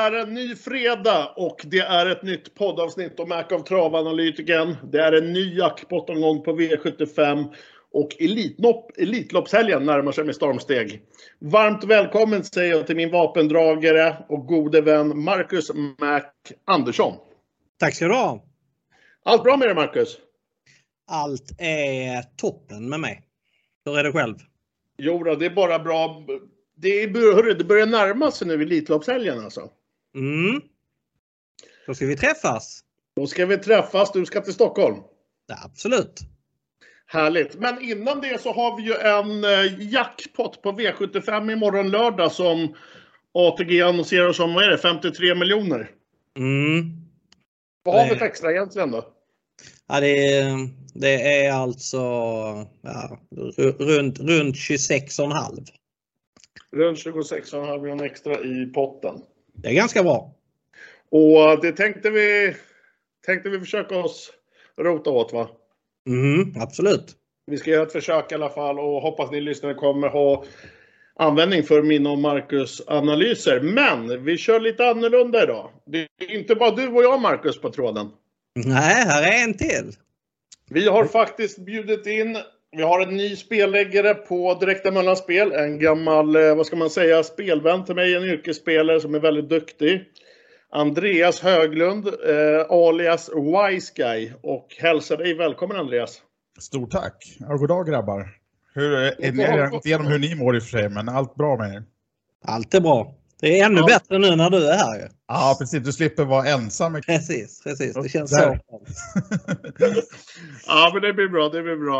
är en ny fredag och det är ett nytt poddavsnitt om Mac of Travanalytiken. Det är en ny jackpot-omgång på V75 och Elitloppshelgen närmar sig med stormsteg. Varmt välkommen säger jag till min vapendragare och gode vän Marcus Mac Andersson. Tack ska du ha. Allt bra med dig, Marcus? Allt är toppen med mig. Hur är det själv? Jo då, det är bara bra. Det börjar närma sig nu Elitloppshelgen alltså. Då ska vi träffas. Då ska vi träffas. Du ska till Stockholm. Ja, absolut. Härligt. Men innan det så har vi ju en jackpot på V75 imorgon lördag som ATG annonserar som, vad är det, 53 miljoner. Vad har vi för extra egentligen då? Ja, det är alltså runt 26,5. Runt 26,5 miljoner extra i potten. Det är ganska bra. Och det tänkte vi försöka oss rota åt, va? Absolut. Vi ska göra ett försök i alla fall och hoppas ni lyssnare kommer ha användning för min och Marcus analyser. Men vi kör lite annorlunda idag. Det är inte bara du och jag, Marcus, på tråden. Nej, här är en till. Vi har faktiskt bjudit in, vi har en ny spelläggare på Direkta Mellanspel. En gammal, spelvän till mig, en yrkesspelare som är väldigt duktig. Andreas Höglund, alias Wise Guy. Och hälsar dig välkommen, Andreas. Stort tack. Ja, god dag, grabbar. Jag har gått igenom hur ni mår i och för sig, men allt bra med er? Allt är bra. Det är ännu bättre nu när du är här ju. Ja, precis. Du slipper vara ensam. Precis. Det känns så. Ja, men det blir bra.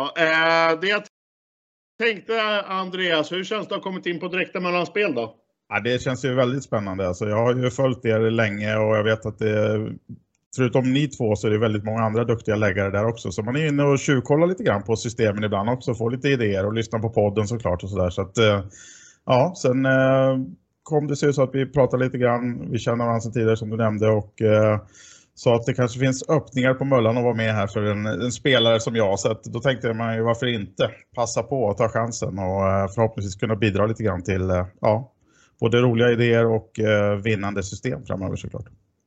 Det jag tänkte, Andreas, hur känns det att ha kommit in på Direkta Mellanspel då? Ja, det känns ju väldigt spännande. Alltså, jag har ju följt er länge och jag vet att förutom ni två så är det väldigt många andra duktiga läggare där också. Så man är inne och tjuvkollar lite grann på systemen ibland också. Får lite idéer och lyssnar på podden såklart och sådär. Så att, sen kom det sig så att vi pratade lite grann. Vi känner varandra sedan tidigare som du nämnde och sa att det kanske finns öppningar på Möllan att vara med här för en spelare som jag. Så att då tänkte man ju varför inte passa på att ta chansen och förhoppningsvis kunna bidra lite grann till både roliga idéer och vinnande system framöver såklart.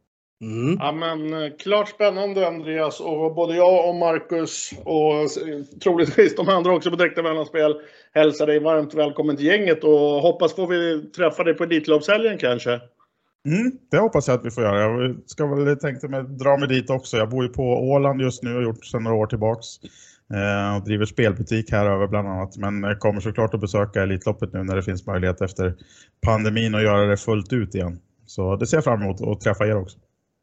Ja, men klart spännande, Andreas, och både jag och Marcus och troligtvis de andra också på Direkta Mellanspel hälsar dig varmt välkommen till gänget och hoppas får vi träffa dig på Elitloppshelgen kanske. Det hoppas jag att vi får göra. Jag ska väl tänkte mig dra mig dit också. Jag bor ju på Åland just nu och gjort sedan några år tillbaks. Och driver spelbutik här över bland annat. Men kommer såklart att besöka Elitloppet nu när det finns möjlighet efter pandemin att göra det fullt ut igen. Så det ser jag fram emot att träffa er också.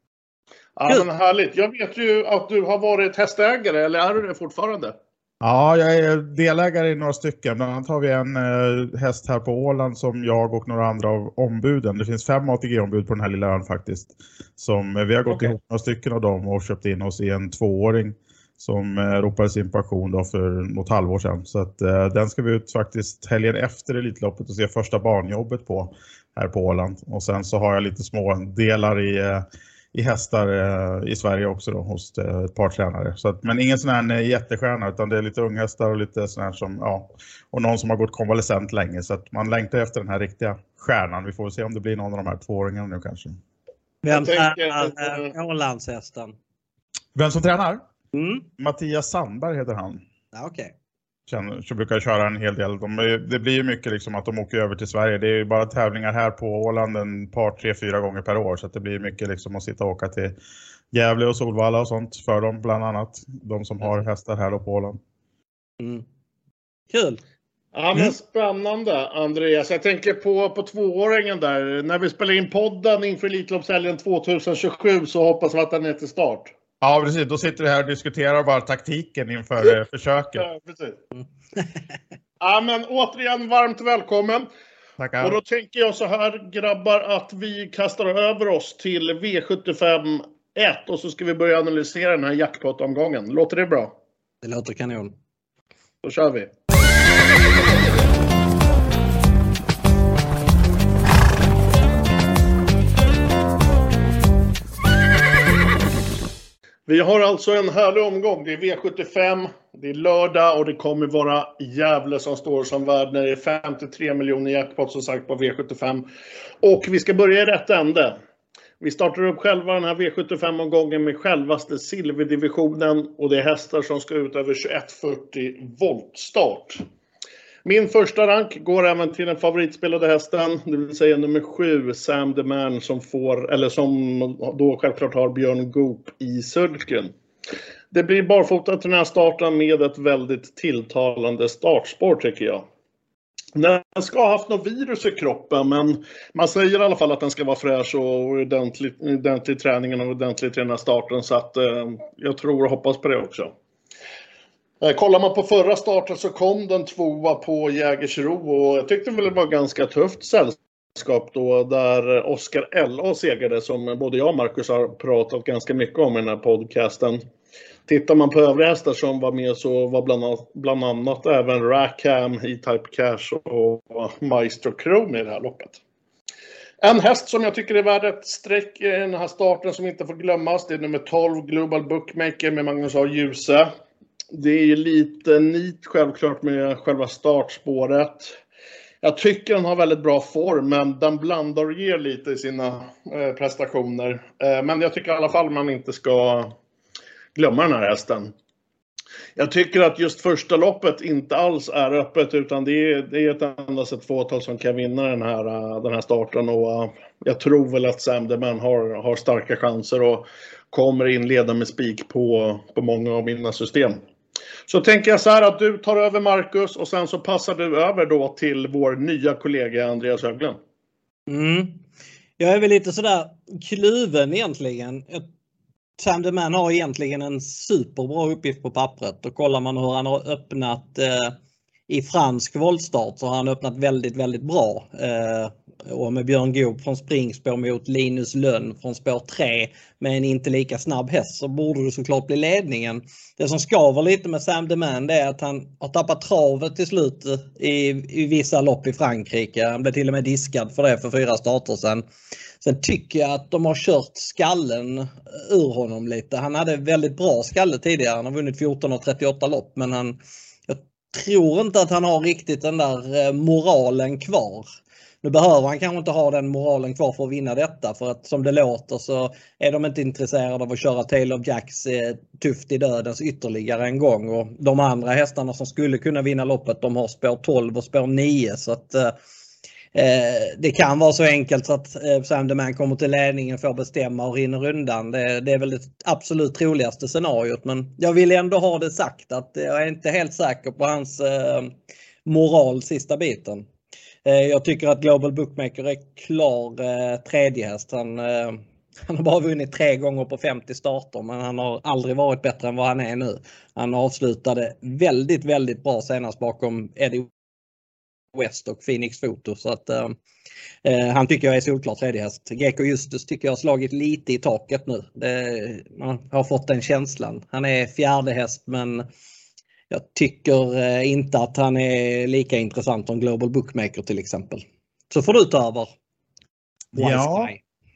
Ja, men härligt. Jag vet ju att du har varit hästägare, eller är du det fortfarande? Ja, jag är delägare i några stycken. Bland annat har vi en häst här på Åland som jag och några andra av ombuden. Det finns 5 ATG-ombud på den här lilla ön faktiskt. Som vi har gått ihop några stycken av dem och köpt in oss i en 2-åring som ropades in på auktion då för något halvår sedan. Så att den ska vi ut faktiskt helgen efter Elitloppet och se första barnjobbet på här på Åland. Och sen så har jag lite små delar i hästar i Sverige också då, hos ett par tränare. Så att, men ingen sån här jättestjärna utan det är lite unghästar och lite sån här som, och någon som har gått konvalescent länge. Så att man längtar efter den här riktiga stjärnan. Vi får se om det blir någon av de här 2-åringarna nu kanske. Vem är Ålandshästen? Vem som tränar? Mattias Sandberg heter han. Ja, okej. Så brukar köra en hel del. Det blir ju mycket liksom att de åker över till Sverige. Det är ju bara tävlingar här på Åland en par, 3-4 gånger per år. Så att det blir mycket liksom att sitta och åka till Gävle och Solvalla och sånt för dem bland annat. De som har hästar här då på Åland. Kul! Ja, men spännande, Andreas. Jag tänker på 2-åringen där. När vi spelar in podden inför Elitloppshelgen 2027 så hoppas vi att den är till start. Ja, precis. Då sitter vi här och diskuterar bara taktiken inför försöket. Ja, precis. Ja, men återigen varmt välkommen. Tackar. Och då tänker jag så här, grabbar, att vi kastar över oss till V75 1 och så ska vi börja analysera den här jackpot-omgången. Låter det bra? Det låter kanon. Då kör vi. Vi har alltså en härlig omgång. Det är V75, det är lördag och det kommer vara Gävle som står som värd när det är 53 miljoner jackpot som sagt på V75. Och vi ska börja i rätt ände. Vi startar upp själva den här V75-omgången med självaste silverdivisionen och det är hästar som ska ut över 2140 voltstart. Min första rank går även till den favoritspelade hästen, det vill säga nummer 7, Sam the Man, som då självklart har Björn Goop i sulken. Det blir barfota till den här starten med ett väldigt tilltalande startspår tycker jag. Den ska ha haft något virus i kroppen, men man säger i alla fall att den ska vara fräsch och ordentlig i träningen och ordentlig till den här starten, så att jag tror och hoppas på det också. Kollar man på förra starten så kom den 2 på Jägersro och jag tyckte väl det var ganska tufft sällskap då, där Oscar L.A. segrade, som både jag och Marcus har pratat ganska mycket om i den här podcasten. Tittar man på övriga hästar som var med så var bland annat även Rackham, E-Type Cash och Maestro Chrome i det här loppet. En häst som jag tycker är värd ett streck i den här starten som inte får glömmas, det är nummer 12 Global Bookmaker med Magnus A. Djuse. Det är lite nit självklart med själva startspåret. Jag tycker den har väldigt bra form, men den blandar och ger lite i sina prestationer. Men jag tycker i alla fall man inte ska glömma den här hästen. Jag tycker att just första loppet inte alls är öppet, utan det är endast ett fåtal som kan vinna den här starten. Och jag tror väl att Sam the Man har starka chanser och kommer inleda med spik på många av mina system. Så tänker jag så här att du tar över Marcus och sen så passar du över då till vår nya kollega Andreas Höglen. Jag är väl lite sådär kluven egentligen. Sam the Man har egentligen en superbra uppgift på pappret, och kollar man hur han har öppnat i fransk voltstart så har han öppnat väldigt, väldigt bra. Och med Björn Goop från springspår mot Linus Lönn från spår 3 med en inte lika snabb häst, så borde det såklart bli ledningen. Det som skaver lite med Sam the Man, det är att han har tappat travet till slut i vissa lopp i Frankrike. Han blev till och med diskad för det för 4 starter sedan. Sen tycker jag att de har kört skallen ur honom lite. Han hade väldigt bra skalle tidigare. Han har vunnit 14 och 38 lopp, men jag tror inte att han har riktigt den där moralen kvar. Nu behöver han kanske inte ha den moralen kvar för att vinna detta, för att som det låter så är de inte intresserade av att köra Tale of Jacks tufft i dödens ytterligare en gång. Och de andra hästarna som skulle kunna vinna loppet, de har spår 12 och spår 9, så att det kan vara så enkelt så att Sam the Man kommer till ledningen, får bestämma och rinner undan. Det är väl det absolut troligaste scenariot, men jag vill ändå ha det sagt att jag är inte helt säker på hans moral sista biten. Jag tycker att Global Bookmaker är klar tredje häst. Han har bara vunnit 3 gånger på 50 starter, men han har aldrig varit bättre än vad han är nu. Han avslutade väldigt, väldigt bra senast bakom Eddie West och Phoenix Photo, så att han tycker jag är solklart tredje häst. Gecko Justus tycker jag har slagit lite i taket nu. Man har fått den känslan. Han är fjärde häst, men jag tycker inte att han är lika intressant som Global Bookmaker till exempel. Så får du ta över. Ja.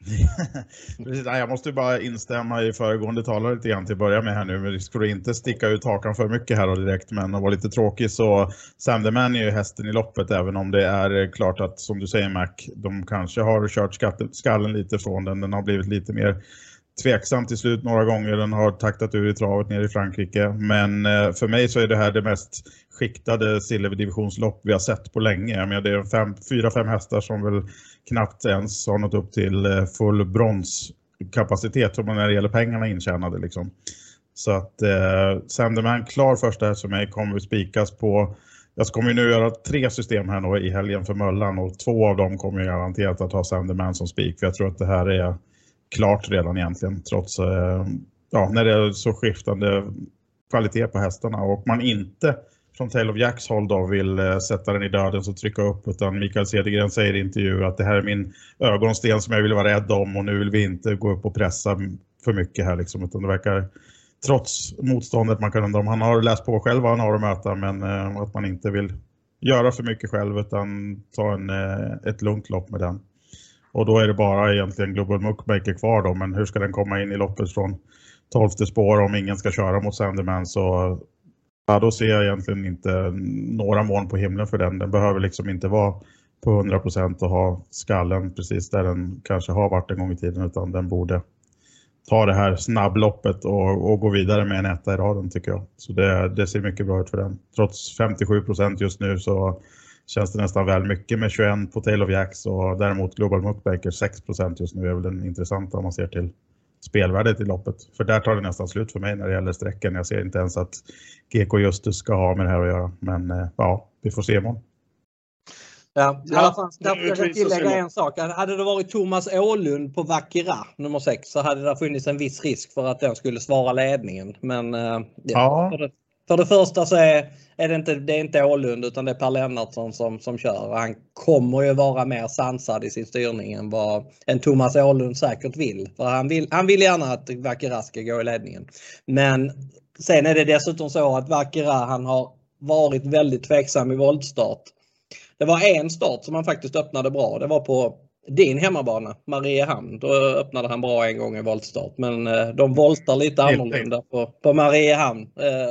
Jag måste bara instämma i föregående talare lite grann till att börja med här nu. Men det skulle inte sticka ut hakan för mycket här och direkt, men att vara lite tråkig, så Sam the Man är ju hästen i loppet, även om det är klart att, som du säger Mac, de kanske har kört skallen lite från den. Den har blivit lite mer tveksam till slut några gånger. Den har taktat ur i travet nere i Frankrike. Men för mig så är det här det mest skiktade silverdivisionslopp vi har sett på länge. Jag menar, det är 4-5 hästar som väl knappt ens har nått upp till full bronskapacitet när det gäller pengarna intjänade liksom. Så att Sam the Man klar första häst för mig, kommer spikas på. Jag kommer ju nu göra 3 system här nu i helgen för Möllan, och 2 av dem kommer jag garanterat att ha Sam the Man som spik, för jag tror att det här är klart redan egentligen, trots när det är så skiftande kvalitet på hästarna, och man inte från Tale of Jacks håll då vill sätta den i döden och trycka upp, utan Mikael Cedergren säger i intervju att det här är min ögonsten som jag vill vara rädd om, och nu vill vi inte gå upp och pressa för mycket här liksom, utan det verkar, trots motståndet, man kan undra om han har läst på själv vad han har att möta, men att man inte vill göra för mycket själv utan ta ett lugnt lopp med den. Och då är det bara egentligen Global Bookmaker kvar då, men hur ska den komma in i loppet från 12:e spår om ingen ska köra mot Sam the Man, så då ser jag egentligen inte några moln på himlen för den. Den behöver liksom inte vara på 100% och ha skallen precis där den kanske har varit en gång i tiden, utan den borde ta det här snabbloppet och gå vidare med en etta i raden tycker jag. Så det ser mycket bra ut för den. Trots 57% just nu så känns det nästan väl mycket med 21 på Tail of Jacks, och däremot Global Muckbanker 6% just nu är väl den intressanta om man ser till spelvärdet i loppet. För där tar det nästan slut för mig när det gäller sträcken. Jag ser inte ens att GK Justus ska ha med det här att göra. Men ja, vi får se imorgon. Ja, i alla fall ska jag tillägga en sak. Hade det varit Thomas Åhlund på Vakira nummer 6 så hade det funnits en viss risk för att den skulle svara ledningen. Men för det första så är det inte Åhlund utan det är Per Lennartsson som kör. Och han kommer ju vara mer sansad i sin styrning än vad en Thomas Åhlund säkert vill. För han vill gärna att Vakira ska gå i ledningen. Men sen är det dessutom så att Vakira, han har varit väldigt tveksam i voltstart. Det var en start som han faktiskt öppnade bra. Det var på din hemmabana, Mariehamn. Då öppnade han bra en gång i voltstart. Men de voltar lite annorlunda på Mariehamn.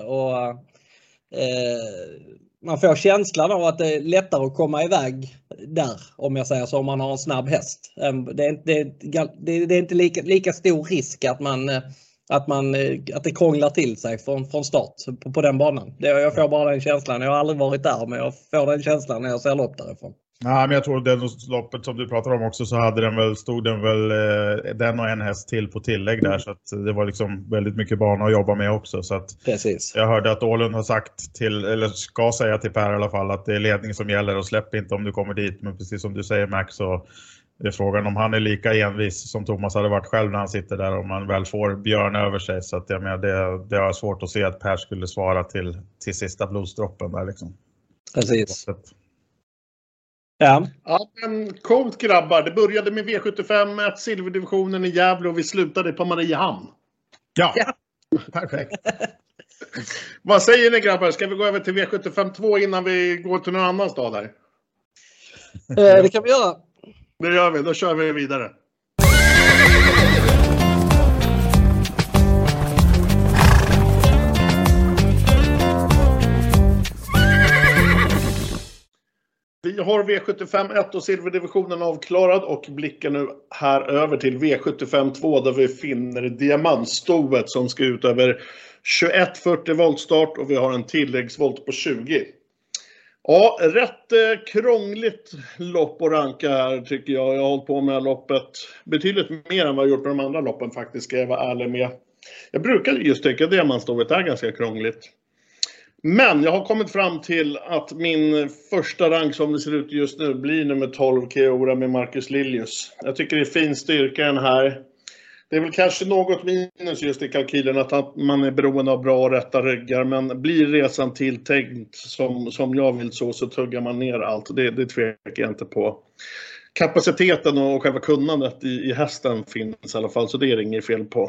Man får känslan av att det är lättare att komma iväg där, om jag säger så, om man har en snabb häst. Det är inte lika stor risk att det krånglar till sig från start på den banan. Jag får bara den känslan. Jag har aldrig varit där, men jag får den känslan när jag ser lopp därifrån. Nej, men jag tror det loppet som du pratar om också, så stod den väl den och en häst till på tillägg där, så att det var liksom väldigt mycket bana att jobba med också. Så att precis. Jag hörde att Åhlund har sagt eller ska säga till Per i alla fall, att det är ledning som gäller och släpp inte om du kommer dit. Men precis som du säger, Max, så det är frågan om han är lika envis som Thomas hade varit själv när han sitter där, om man väl får Björn över sig. Så att jag menar, det är svårt att se att Per skulle svara till sista blodsdroppen där liksom. Precis. Ja, men coolt grabbar. Det började med V75, silverdivisionen i Gävle och vi slutade på Mariehamn. Ja. Perfekt. Vad säger ni grabbar? Ska vi gå över till V75 2 innan vi går till någon annan stad här? Det kan vi göra. Det gör vi, då kör vi vidare. Vi har V75 1 och silverdivisionen avklarad och blickar nu här över till V75 2 där vi finner diamantstovet som ska ut över 21-40 voltstart och vi har en tilläggsvolt på 20. Ja, rätt krångligt lopp att ranka här tycker jag. Jag har hållit på med loppet betydligt mer än vad jag gjort med de andra loppen faktiskt, ska jag vara ärlig med. Jag brukar just tycka att diamantstovet är ganska krångligt. Men jag har kommit fram till att min första rank som det ser ut just nu blir nummer 12 Keora med Marcus Liljus. Jag tycker det är fin styrka den här. Det är väl kanske något minus just i kalkylen att man är beroende av bra och rätta ryggar. Men blir resan tilltänkt som jag vill så tuggar man ner allt. Det tvekar jag inte på. Kapaciteten och själva kunnandet i hästen finns i alla fall, så det är inget fel på.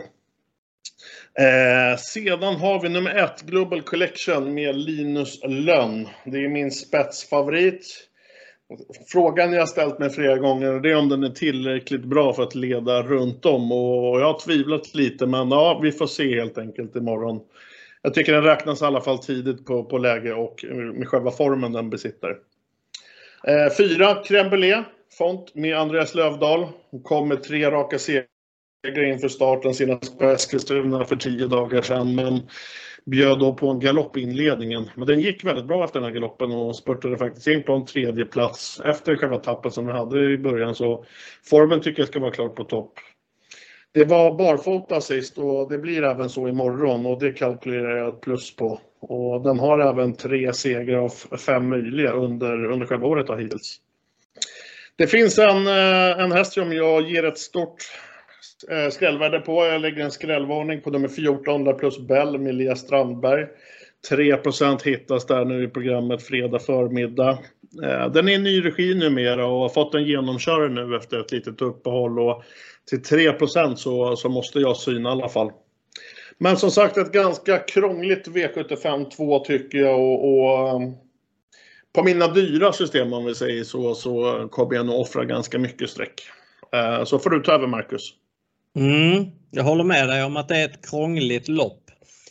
Sedan har vi nummer 1 Global Collection med Linus Lönn. Det är min spetsfavorit. Frågan jag har ställt mig flera gånger är om den är tillräckligt bra för att leda runt om. Och jag har tvivlat lite, men ja, vi får se helt enkelt imorgon. Jag tycker den räknas i alla fall tidigt på läge och med själva formen den besitter. 4 Crème Brûlée Font med Andreas Lövdahl. Hon kom med 3 raka segrar inför starten senast på Eskilstuna för 10 dagar sedan, men bjöd då på en galoppinledningen. Men den gick väldigt bra efter den här galoppen och spurtade faktiskt in på en 3:e plats efter själva tappen som vi hade i början, så formen tycker jag ska vara klart på topp. Det var barfota sist och det blir även så imorgon och det kalkylerar jag ett plus på. Och den har även 3 segrar av 5 möjliga under själva året av hittills. Det finns en häst som jag ger ett stort skrällvärde på. Jag lägger en skrällvarning på nummer 14 där plus Bell med Lia Strandberg. 3% hittas där nu i programmet fredag förmiddag. Den är i ny regi numera och har fått en genomkörare nu efter ett litet uppehåll. Och till 3% så måste jag syna i alla fall. Men som sagt ett ganska krångligt V75 2 tycker jag. Och på mina dyra system om vi säger så kommer jag nog offra ganska mycket streck. Så får du ta över Marcus. Jag håller med dig om att det är ett krångligt lopp.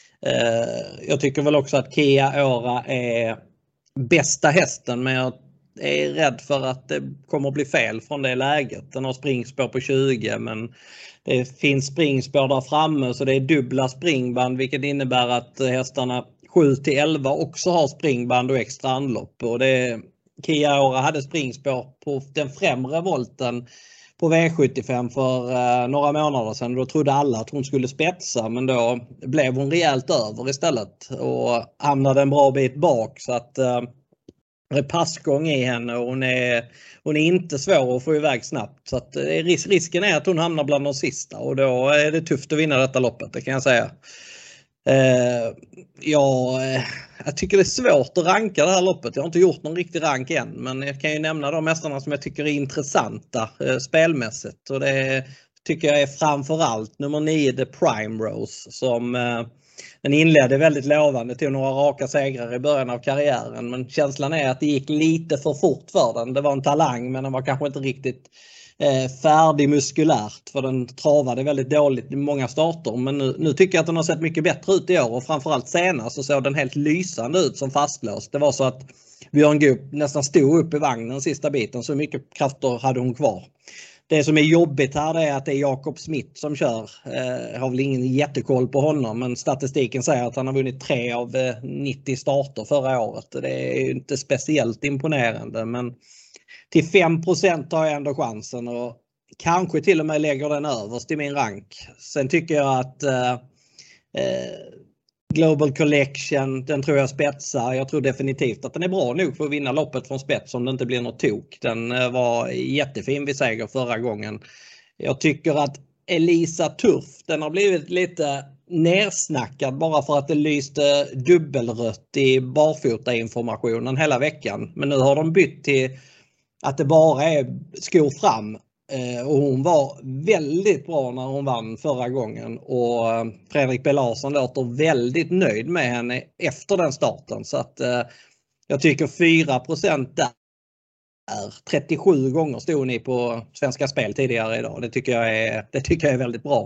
Jag tycker väl också att Keora är bästa hästen, men jag är rädd för att det kommer att bli fel från det läget. Den har springspår på 20 men det finns springspår där framme så det är dubbla springband vilket innebär att hästarna 7-11 också har springband och extra anlopp. Och Kia-Ora hade springspår på den främre volten på V75 för några månader sedan. Då trodde alla att hon skulle spetsa men då blev hon rejält över istället och hamnade en bra bit bak så att det är passgång i henne och hon är inte svår att få iväg snabbt så att risken är att hon hamnar bland de sista och då är det tufft att vinna detta loppet, det kan jag säga. Jag tycker det är svårt att ranka det här loppet. Jag har inte gjort någon riktig rank än men jag kan ju nämna de hästarna som jag tycker är intressanta spelmässigt och det tycker jag är framförallt nummer 9 The Prime Rose som den inledde väldigt lovande till några raka segrar i början av karriären men känslan är att det gick lite för fort för den. Det var en talang men den var kanske inte riktigt färdig muskulärt för den travade väldigt dåligt i många starter men nu tycker jag att den har sett mycket bättre ut i år och framförallt senast så såg den helt lysande ut som fastlåst. Det var så att Björn Goop nästan stod upp i vagnen sista biten så mycket krafter hade hon kvar. Det som är jobbigt här är att det är Jakob Smith som kör. Jag har väl ingen jättekoll på honom men statistiken säger att han har vunnit 3 av 90 starter förra året. Det är inte speciellt imponerande men till 5% har jag ändå chansen och kanske till och med lägger den överst i min rank. Sen tycker jag att Global Collection, den tror jag spetsar. Jag tror definitivt att den är bra nog för att vinna loppet från spets om det inte blir något tok. Den var jättefin vid seger förra gången. Jag tycker att Elisa Turf, den har blivit lite nersnackad bara för att det lyste dubbelrött i barfota informationen hela veckan. Men nu har de bytt till att det bara är skor fram och hon var väldigt bra när hon vann förra gången och Fredrik B. Larsson låter väldigt nöjd med henne efter den starten så att jag tycker 4% där. 37 gånger stod ni på Svenska Spel tidigare idag. Det tycker jag är väldigt bra.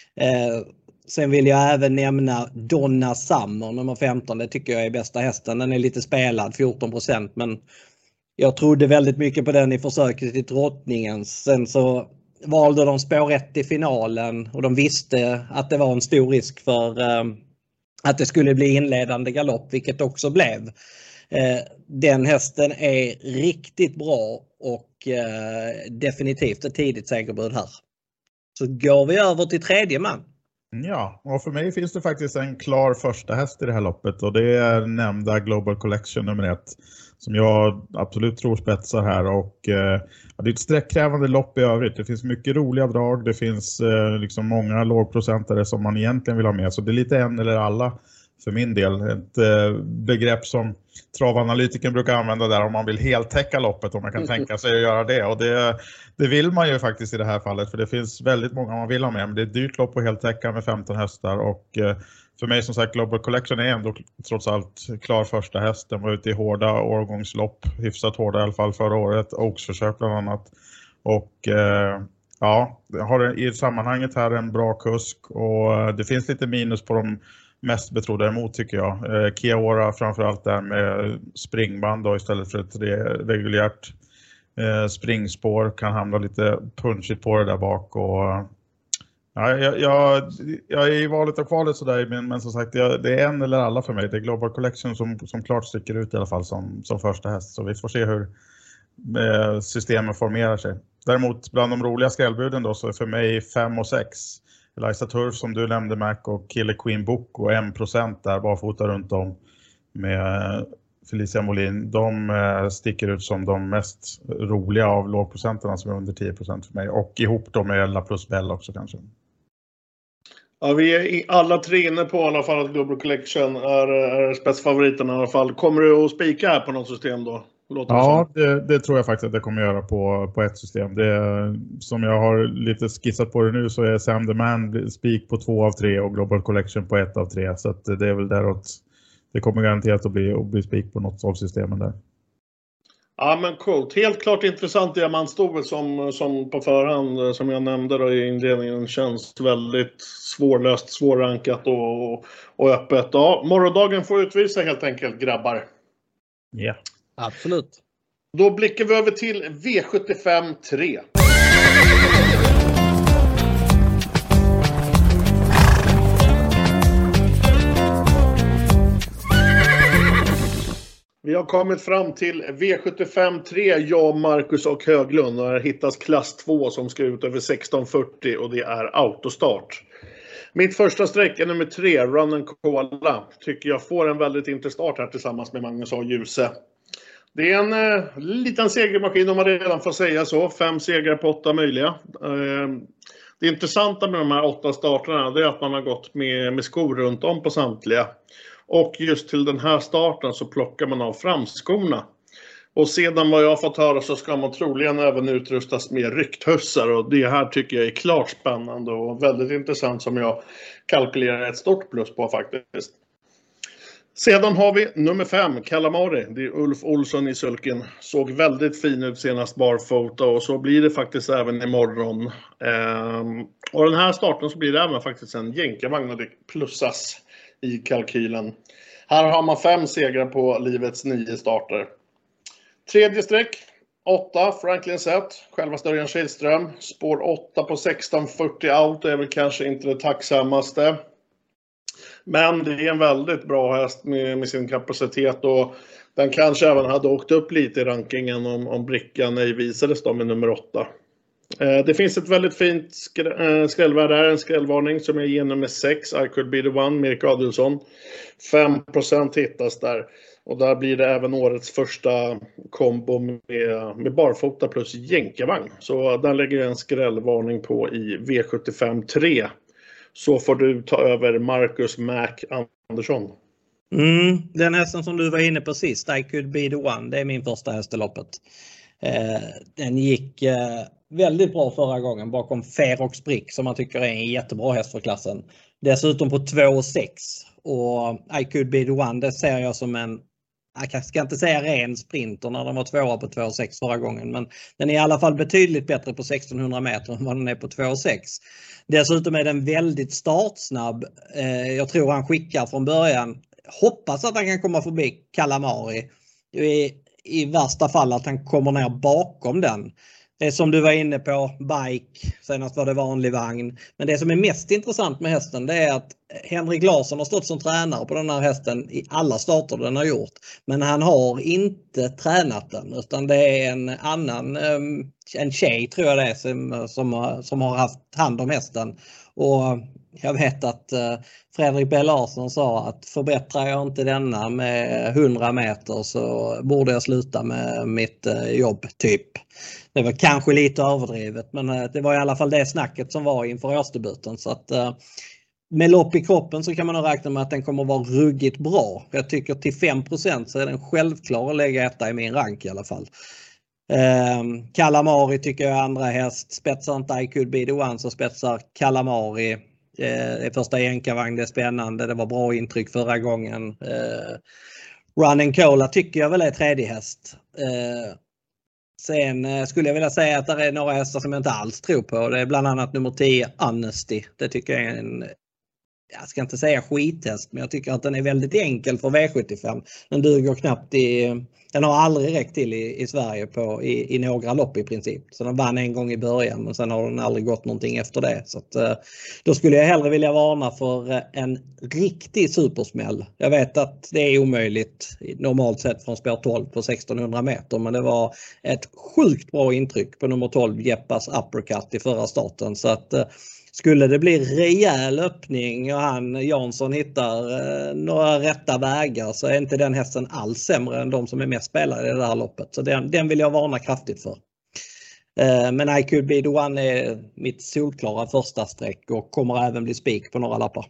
Sen vill jag även nämna Donna Summer nummer 15. Det tycker jag är bästa hästen. Den är lite spelad 14% men jag trodde väldigt mycket på den i försöket till drottningen. Sen så valde de spår 1 i finalen och de visste att det var en stor risk för att det skulle bli inledande galopp, vilket också blev. Den hästen är riktigt bra och definitivt ett tidigt segerbud här. Så går vi över till tredje man. Ja, och för mig finns det faktiskt en klar första häst i det här loppet och det är nämnda Global Collection nummer 1. Som jag absolut tror spetsar här och det är ett sträckkrävande lopp i övrigt. Det finns mycket roliga drag, det finns liksom många lågprocentare som man egentligen vill ha med. Så det är lite en eller alla för min del. Ett begrepp som travanalytiken brukar använda där om man vill heltäcka loppet, om man kan tänka sig att göra det. Och det vill man ju faktiskt i det här fallet för det finns väldigt många man vill ha med. Men det är ett dyrt lopp att heltäcka med 15 hästar och för mig som sagt Global Collection är ändå trots allt klar första häst. Den var ute i hårda årgångslopp, hyfsat hårda i alla fall förra året, Oaks-försök bland annat. Och ja, har i sammanhanget här en bra kusk och det finns lite minus på de mest betrodda emot tycker jag. Kia-Ora framförallt där med springband då, istället för ett reguljärt springspår kan hamna lite punchigt på det där bak och ja, jag är i valet och kvalet sådär, men som sagt det är en eller alla för mig. Det är Global Collection som klart sticker ut i alla fall som första häst. Så vi får se hur systemen formerar sig. Däremot bland de roliga skrällbuden då så är för mig 5 och 6. Elisa Turf som du nämnde Mac och Killer Queen Book och 1% där barfota runt om med Felicia Molin. De sticker ut som de mest roliga av lågprocenterna som är under 10% för mig. Och ihop då med Ella plus Bell också kanske. Ja, vi är alla tre inne på i alla fall att Global Collection är spetsfavoriten i alla fall. Kommer du att spika här på något system då? Ja, det tror jag faktiskt att jag kommer göra på ett system. Som jag har lite skissat på det nu så är Sam the Man spik på 2 av 3 och Global Collection på 1 av 3. Så att det är väl däråt. Det kommer garanterat att bli spik på något av systemen där. Ja men coolt. Helt klart intressant diamantstovel som på förhand som jag nämnde då i inledningen känns väldigt svårlöst, svårrankat och öppet. Ja, morgondagen får utvisa helt enkelt grabbar. Ja. Absolut. Då blickar vi över till V75 3. Vi har kommit fram till V75 3, jag, Marcus och Höglund. Och här hittas klass 2 som ska ut över 1640 och det är autostart. Mitt första streck är nummer 3, Run and Cola. Tycker jag får en väldigt intressant start här tillsammans med Magnus A. Djuse. Det är en liten segermaskin om man redan får säga så. 5 segrar på 8 möjliga. Det intressanta med de här 8 starterna är att man har gått med skor runt om på samtliga. Och just till den här starten så plockar man av framskorna. Och sedan vad jag har fått höra så ska man troligen även utrustas med rykthössar. Och det här tycker jag är klart spännande och väldigt intressant som jag kalkylerar ett stort plus på faktiskt. Sedan har vi nummer 5, Kalamari. Det är Ulf Olsson i sulken. Såg väldigt fin ut senast barfota och så blir det faktiskt även imorgon. Och den här starten så blir det även faktiskt en jänkarvagn och det plussas i kalkylen. Här har man 5 segrar på livets 9 starter. Tredje streck, 8, Franklin Set, själva Örjan Kihlström. Spår 8 på 1640 out är väl kanske inte det tacksammaste. Men det är en väldigt bra häst med sin kapacitet och den kanske även hade åkt upp lite i rankingen om brickan ej visades då med nummer 8. Det finns ett väldigt fint skrällvärde här, en skrällvarning som jag ger nummer 6, I Could Be The One, Mirk Adelsson. 5% hittas där. Och där blir det även årets första kombo med barfota plus jänkarvagn. Så där lägger jag en skrällvarning på i V75 3. Så får du ta över Marcus Mac Andersson. Den hästen som du var inne på sist, I Could Be The One, det är min första häst i loppet. Den gick väldigt bra förra gången bakom Fair och Sprick som man tycker är en jättebra häst för klassen. Dessutom på 2,6 och I Could Be The One, det ser jag som en, jag ska inte säga ren sprinter när de var 2 på 2,6 förra gången, men den är i alla fall betydligt bättre på 1600 meter än vad den är på 2,6. Dessutom är den väldigt startsnabb. Jag tror han skickar från början. Hoppas att han kan komma förbi Kalamari. I värsta fall att han kommer ner bakom den. Det är som du var inne på, bike, senast var det vanlig vagn. Men det som är mest intressant med hästen det är att Henrik Larsson har stått som tränare på den här hästen i alla starter den har gjort. Men han har inte tränat den utan det är en annan, en tjej tror jag det är som har haft hand om hästen. Och jag vet att Fredrik B. Larsson sa att förbättrar jag inte denna med 100 meter så borde jag sluta med mitt jobb typ. Det var kanske lite överdrivet men det var i alla fall det snacket som var inför årsdebuten. Så att med lopp i kroppen så kan man nog räkna med att den kommer vara ruggigt bra. Jag tycker till 5% så är den självklar att lägga etta i min rank i alla fall. Kalamari tycker jag är andra häst. Spetsar inte I Could Be The One så spetsar Kalamari. Det är första jänkarvagn, det är spännande. Det var bra intryck förra gången. Run and Cola tycker jag väl är tredje häst. Sen skulle jag vilja säga att det är några hästar som jag inte alls tror på. Det är bland annat nummer 10, Honesty. Det tycker jag är en, jag ska inte säga skithäst, men jag tycker att den är väldigt enkel för V75. Den duger knappt den har aldrig räckt till i Sverige i några lopp i princip. Så den vann en gång i början men sen har den aldrig gått någonting efter det. Så att, då skulle jag hellre vilja varna för en riktig supersmäll. Jag vet att det är omöjligt normalt sett från spår 12 på 1600 meter. Men det var ett sjukt bra intryck på nummer 12 Jeppas Uppercut i förra starten. Så att skulle det bli rejäl öppning och Jansson hittar några rätta vägar så är inte den hästen alls sämre än de som är mest spelade i det här loppet. Så den vill jag varna kraftigt för. Men I Could Be The One är mitt solklara första streck och kommer även bli spik på några lappar.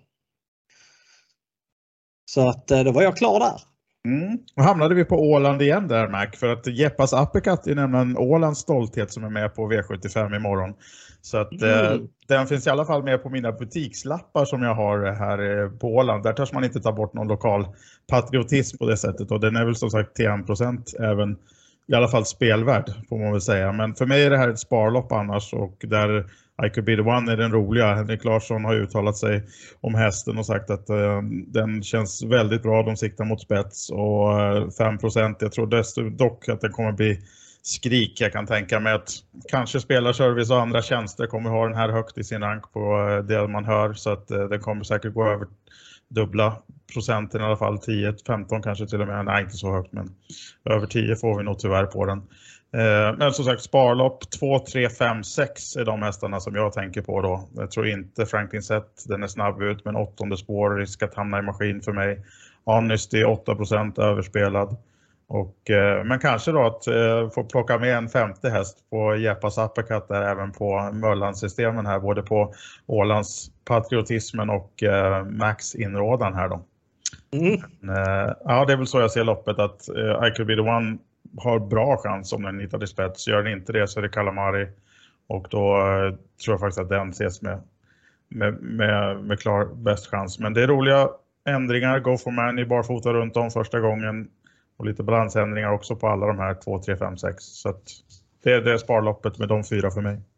Så att då var jag klar där. Och hamnade vi på Åland igen där Mac, för att Jeppas Uppercut är nämligen Ålands stolthet som är med på V75 imorgon. Så att den finns i alla fall med på mina butikslappar som jag har här på Åland. Där törs man inte ta bort någon lokal patriotism på det sättet och den är väl som sagt 10% även i alla fall spelvärd får man väl säga. Men för mig är det här ett sparlopp annars och där I Could Be The One är den roliga. Henrik Larsson har uttalat sig om hästen och sagt att den känns väldigt bra. De siktar mot spets och 5%. Jag tror dock att den kommer bli skrik. Jag kan tänka mig att kanske spelarservice och andra tjänster kommer ha den här högt i sin rank på det man hör. Så att den kommer säkert gå över dubbla procenten i alla fall. 10-15 kanske till och med. Nej, inte så högt, men över 10 får vi nog tyvärr på den. Men som sagt, sparlopp 2, 3, 5, 6 är de hästarna som jag tänker på då. Jag tror inte Franklin Set, den är snabb ut, men 8:e spår, risk att hamna i maskin för mig. Honesty 8% överspelad. Men kanske då att få plocka med en 5:e häst på Jeppas Uppercut där, även på Möllansystemen här, både på Ålands Patriotismen och Max Inrådan här då. Ja, det är väl så jag ser loppet, att I Could Be The One har bra chans om den hittar i spets. Gör den inte det så är det Calamari, och då tror jag faktiskt att den ses med klar bäst chans. Men det är roliga ändringar. Go for Man i barfota runt om första gången och lite balansändringar också på alla de här 2, 3, 5, 6. Så att det är sparloppet med de 4 för mig.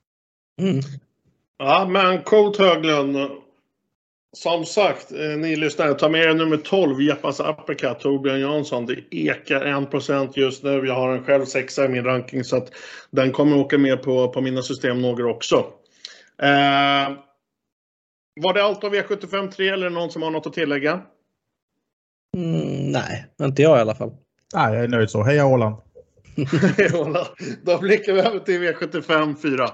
Ja, men Colt Höglund, som sagt, ni lyssnare, ta med er nummer 12, Jeppas Uppercut, Torbjörn Jansson. Det ekar 1% just nu. Jag har en själv 6 i min ranking, så att den kommer åka med på mina system några också. Var det allt av V75-3 eller någon som har något att tillägga? Nej, inte jag i alla fall. Nej, jag är nöjd så. Heja Åland! Då blickar vi över till V75-4.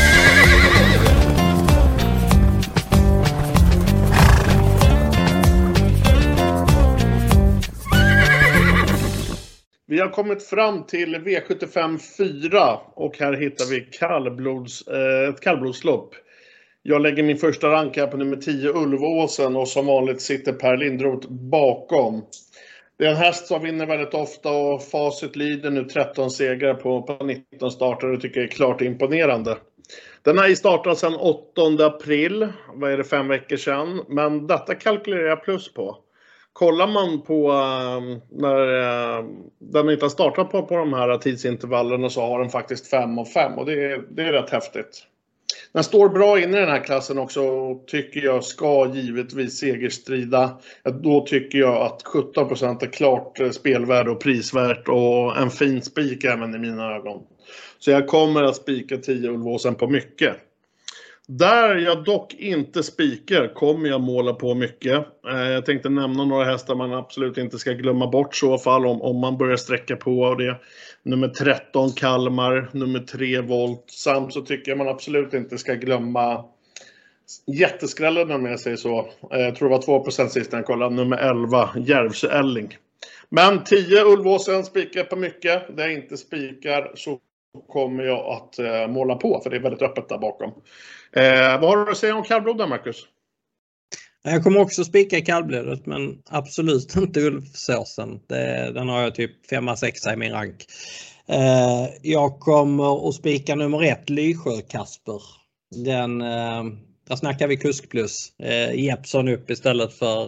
Vi har kommit fram till V75-4 och här hittar vi ett kallblodslopp. Jag lägger min första rank här på nummer 10, Ulvåsen, och som vanligt sitter Per Lindroth bakom. Det är en häst som vinner väldigt ofta och facit lyder nu 13 segrar på 19 starter, och tycker jag är klart imponerande. Den har startat sedan 8 april, vad är det, 5 veckor sedan, men detta kalkylerar jag plus på. Kollar man på när den inte har startat på de här tidsintervallerna, så har den faktiskt 5 av 5, och det är rätt häftigt. Den står bra inne i den här klassen också, och tycker jag ska givetvis segerstrida. Då tycker jag att 17% är klart spelvärde och prisvärt, och en fin spik även i mina ögon. Så jag kommer att spika 10 Ulvåsen på mycket. Där jag dock inte spikar kommer jag måla på mycket. Jag tänkte nämna några hästar man absolut inte ska glömma bort så fall om man börjar sträcka på av det. Nummer 13 Kalmar, nummer 3 Volt, samt så tycker jag man absolut inte ska glömma jätteskrällen om jag säger så. Jag tror det var 2% sist när jag kollade, nummer 11 Järvsö Elling. Men 10 Ulvåsen spikar på mycket. Där jag inte spikar så kommer jag att måla på, för det är väldigt öppet där bakom. Vad har du att säga om kallblodet, Marcus? Jag kommer också spika kallblodet, men absolut inte Ulfsåsen. Den har jag typ 5-6 i min rank. Jag kommer att spika nummer 1 Lysjö Kasper. Där snackar vi kusk plus. Jeppson upp istället för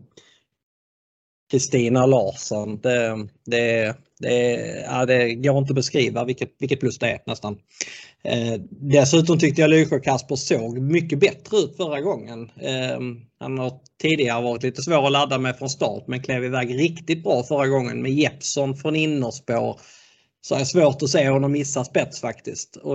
Kristina Larsson. Det går inte att beskriva vilket plus det är nästan. Dessutom tyckte jag Lysjö Kasper såg mycket bättre ut förra gången. Han har tidigare varit lite svår att ladda med från start, men klev iväg riktigt bra förra gången med Jeppson från innerspår. Så är det svårt att se honom missa spets faktiskt. Och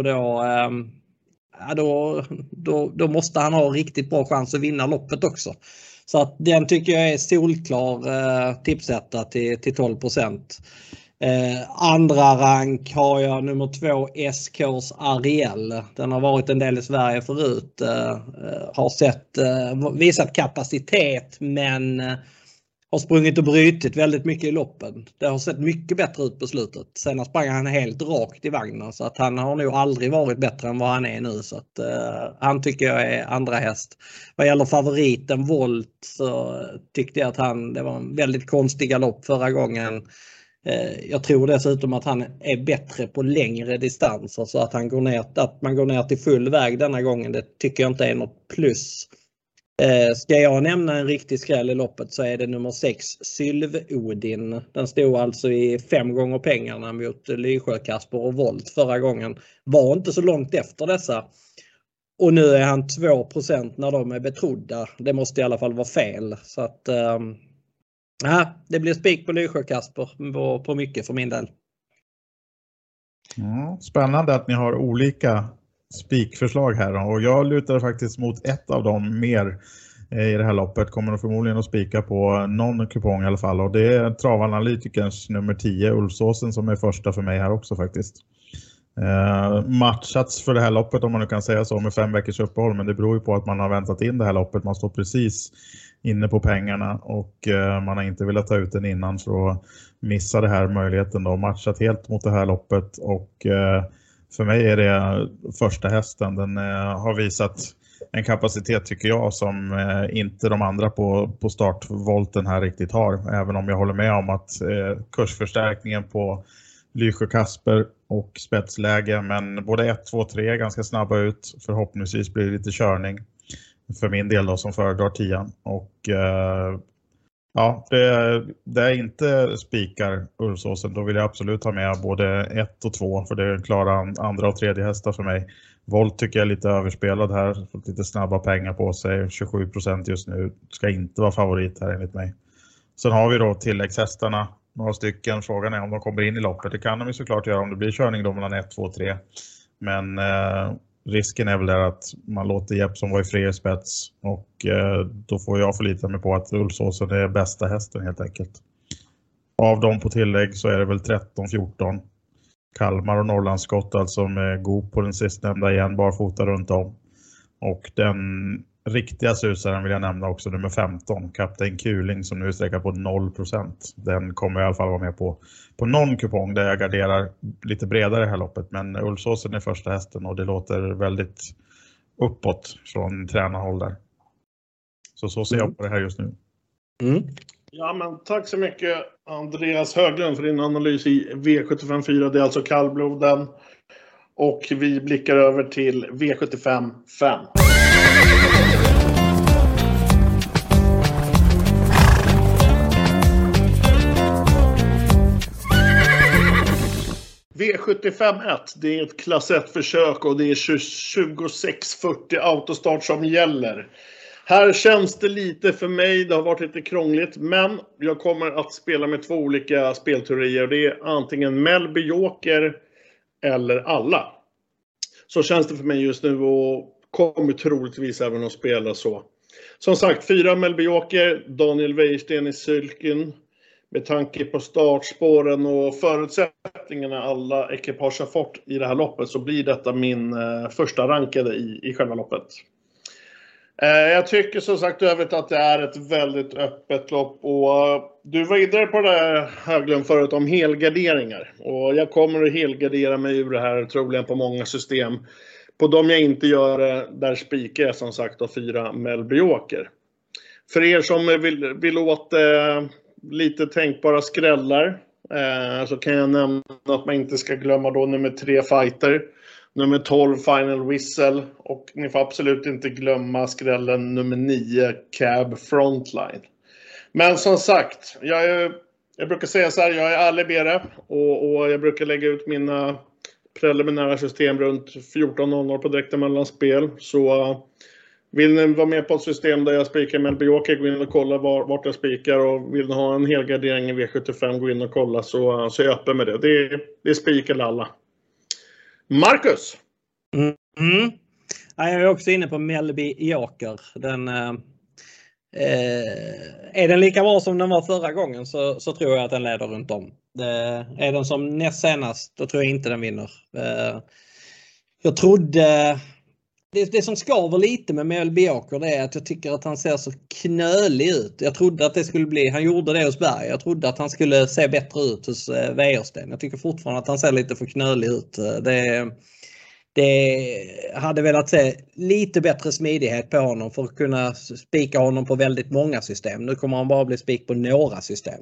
då måste han ha riktigt bra chans att vinna loppet också. Så att den tycker jag är solklar tipsetta till 12%. Andra rank har jag nummer 2 SKs Ariel. Den har varit en del i Sverige förut. Har visat kapacitet, men har sprungit och brytit väldigt mycket i loppen. Det har sett mycket bättre ut på slutet. Sen sprang han helt rakt i vagnen, så att han har nog aldrig varit bättre än vad han är nu. Så att han tycker jag är andra häst. Vad gäller favoriten Volt så tyckte jag att det var en väldigt konstig galopp förra gången. Jag tror dessutom att han är bättre på längre distanser, så att man går ner till full väg denna gången, det tycker jag inte är något plus. Ska jag nämna en riktig skräll i loppet så är det nummer 6 Sylvodin. Den stod alltså i 5 gånger pengarna mot Lysjö Kasper och Volt förra gången. Var inte så långt efter dessa. Och nu är han 2% när de är betrodda. Det måste i alla fall vara fel. Så att det blir spik på Lysjö, Kasper, på mycket för min del. Ja, spännande att ni har olika spikförslag här då. Och jag lutar faktiskt mot ett av dem mer i det här loppet. Kommer nog förmodligen att spika på någon kupong i alla fall. Och det är travanalytikerns nummer 10, Ulfsåsen, som är första för mig här också faktiskt. Matchats för det här loppet, om man nu kan säga så, med 5 veckors uppehåll. Men det beror ju på att man har väntat in det här loppet. Man står precis inne på pengarna och man har inte velat ta ut den innan för att missa det här möjligheten då. Matchat helt mot det här loppet och för mig är det första hästen. Den har visat en kapacitet, tycker jag, som inte de andra på startvolten här riktigt har. Även om jag håller med om att kursförstärkningen på Lysjö, Kasper och spetsläge, men både 1, 2, 3 är ganska snabba ut. Förhoppningsvis blir det lite körning för min del då, som föredrar 10. Och det är inte spikar Ulfsåsen, då vill jag absolut ha med både 1 och 2, för det är klara andra och tredje hästar för mig. Volt tycker jag är lite överspelad här, fått lite snabba pengar på sig, 27% just nu, ska inte vara favorit här enligt mig. Sen har vi då tilläggshästarna, några stycken. Frågan är om de kommer in i loppet. Det kan de ju såklart göra om det blir körning då mellan 1, 2, 3. Men risken är väl där att man låter Jeppson vara i fri spets. Och då får jag förlita mig på att Ulfsåsen är bästa hästen helt enkelt. Av dem på tillägg så är det väl 13-14. Kalmar och Norrlandsskott alltså, med god på den sistnämnda igen, barfota runt om. Och den riktiga susaren vill jag nämna också, nummer 15, Kapten Kuling, som nu sträcker på 0%. Den kommer jag i alla fall vara med på någon kupong där jag garderar lite bredare i här loppet. Men Ulfsåsen är första hästen och det låter väldigt uppåt från tränarhåll där. Så ser jag på det här just nu. Ja, men tack så mycket Andreas Höglund för din analys i V75-4. Det är alltså kallbloden. Och vi blickar över till V75-5. V75-1, det är ett klass 1-försök och det är 2640 autostart som gäller. Här känns det lite för mig, det har varit lite krångligt, men jag kommer att spela med 2 olika spelteorier. Det är antingen Melby Joker eller alla. Så känns det för mig just nu och kommer troligtvis även att spela så. Som sagt, 4 Melby Joker, Daniel Wäjersten i sulken. Med tanke på startspåren och förutsättningarna alla ekipage har fått i det här loppet så blir detta min första rankade i själva loppet. Jag tycker som sagt övrigt att det är ett väldigt öppet lopp och du var inne på det Höglund förut om helgarderingar. Och jag kommer att helgardera mig ur det här troligen på många system. På de jag inte gör där spikar jag som sagt av 4 Melby Joker. För er som vill åt lite tänkbara skrällar så kan jag nämna att man inte ska glömma då nummer 3 Fighter, nummer 12 Final Whistle och ni får absolut inte glömma skrällen nummer 9 Cab Frontline. Men som sagt, jag brukar säga så här, jag är allibere och jag brukar lägga ut mina preliminära system runt 14.00 på direkta mellanspel. Så vill ni vara med på ett system där jag spikar Melby Joker, gå in och kolla vart jag spikar. Och vill ni ha en helgardering i V75, gå in och kolla så är jag öppen med det. Det är spik eller alla. Marcus? Jag är också inne på Melby Joker. Är den lika bra som den var förra gången så tror jag att den leder runt om. Är den som näst senast, då tror jag inte den vinner. Jag trodde... Det som skaver lite med Melby Joker, det är att jag tycker att han ser så knölig ut. Jag trodde att det skulle bli, han gjorde det hos Berg. Jag trodde att han skulle se bättre ut hos Wäjersten. Jag tycker fortfarande att han ser lite för knölig ut. Det hade velat se lite bättre smidighet på honom för att kunna spika honom på väldigt många system. Nu kommer han bara bli spik på några system.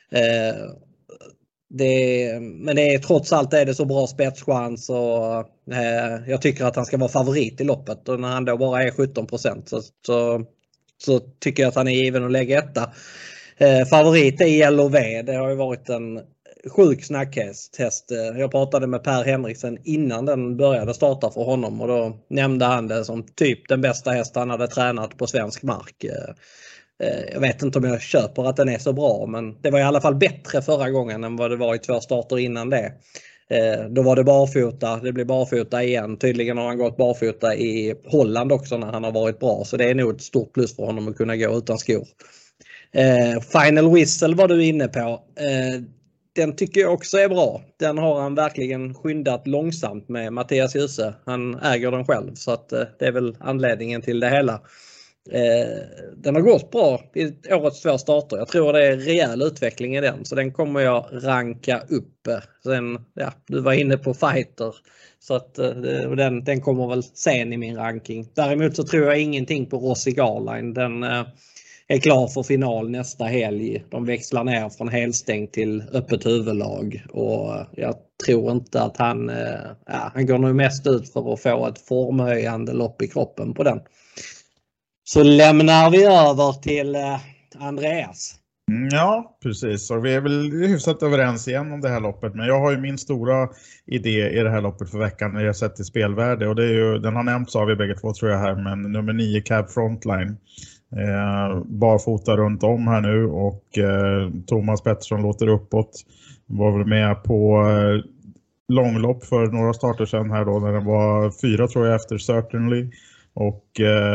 Men det är trots allt är det så bra spetschans och jag tycker att han ska vara favorit i loppet och när han då bara är 17% så tycker jag att han är given att lägga etta. Favorit är LOV, det har ju varit en sjuk snackhäst. Jag pratade med Per Henriksen innan den började starta för honom och då nämnde han det som typ den bästa häst han hade tränat på svensk mark. Jag vet inte om jag köper att den är så bra, men det var i alla fall bättre förra gången än vad det var i 2 starter innan det. Då var det barfota, det blir barfota igen. Tydligen har han gått barfota i Holland också när han har varit bra, så det är nog ett stort plus för honom att kunna gå utan skor. Final Whistle var du inne på. Den tycker jag också är bra. Den har han verkligen skyndat långsamt med Mattias Djuse. Han äger den själv, så att det är väl anledningen till det hela. Den har gått bra i årets 2 starter. Jag tror det är rejäl utveckling i den, så den kommer jag ranka upp. Sen, du var inne på fighter, så att den kommer väl sen i min ranking. Däremot så tror jag ingenting på Rossi Garline. Den är klar för final nästa helg. De växlar ner från helstängt till öppet huvudlag och jag tror inte att han går nog mest ut för att få ett formhöjande lopp i kroppen på den. Så lämnar vi över till Andreas. Ja, precis. Så vi är väl hyfsat överens igen om det här loppet. Men jag har ju min stora idé i det här loppet för veckan när jag sett till spelvärde. Och det är ju, den har nämnts av vi bägge två tror jag här, men nummer 9 Cab Frontline. Barfota runt om här nu och Thomas Pettersson låter uppåt. Var väl med på långlopp för några starter sedan här då när den var 4 tror jag efter Certainly. Och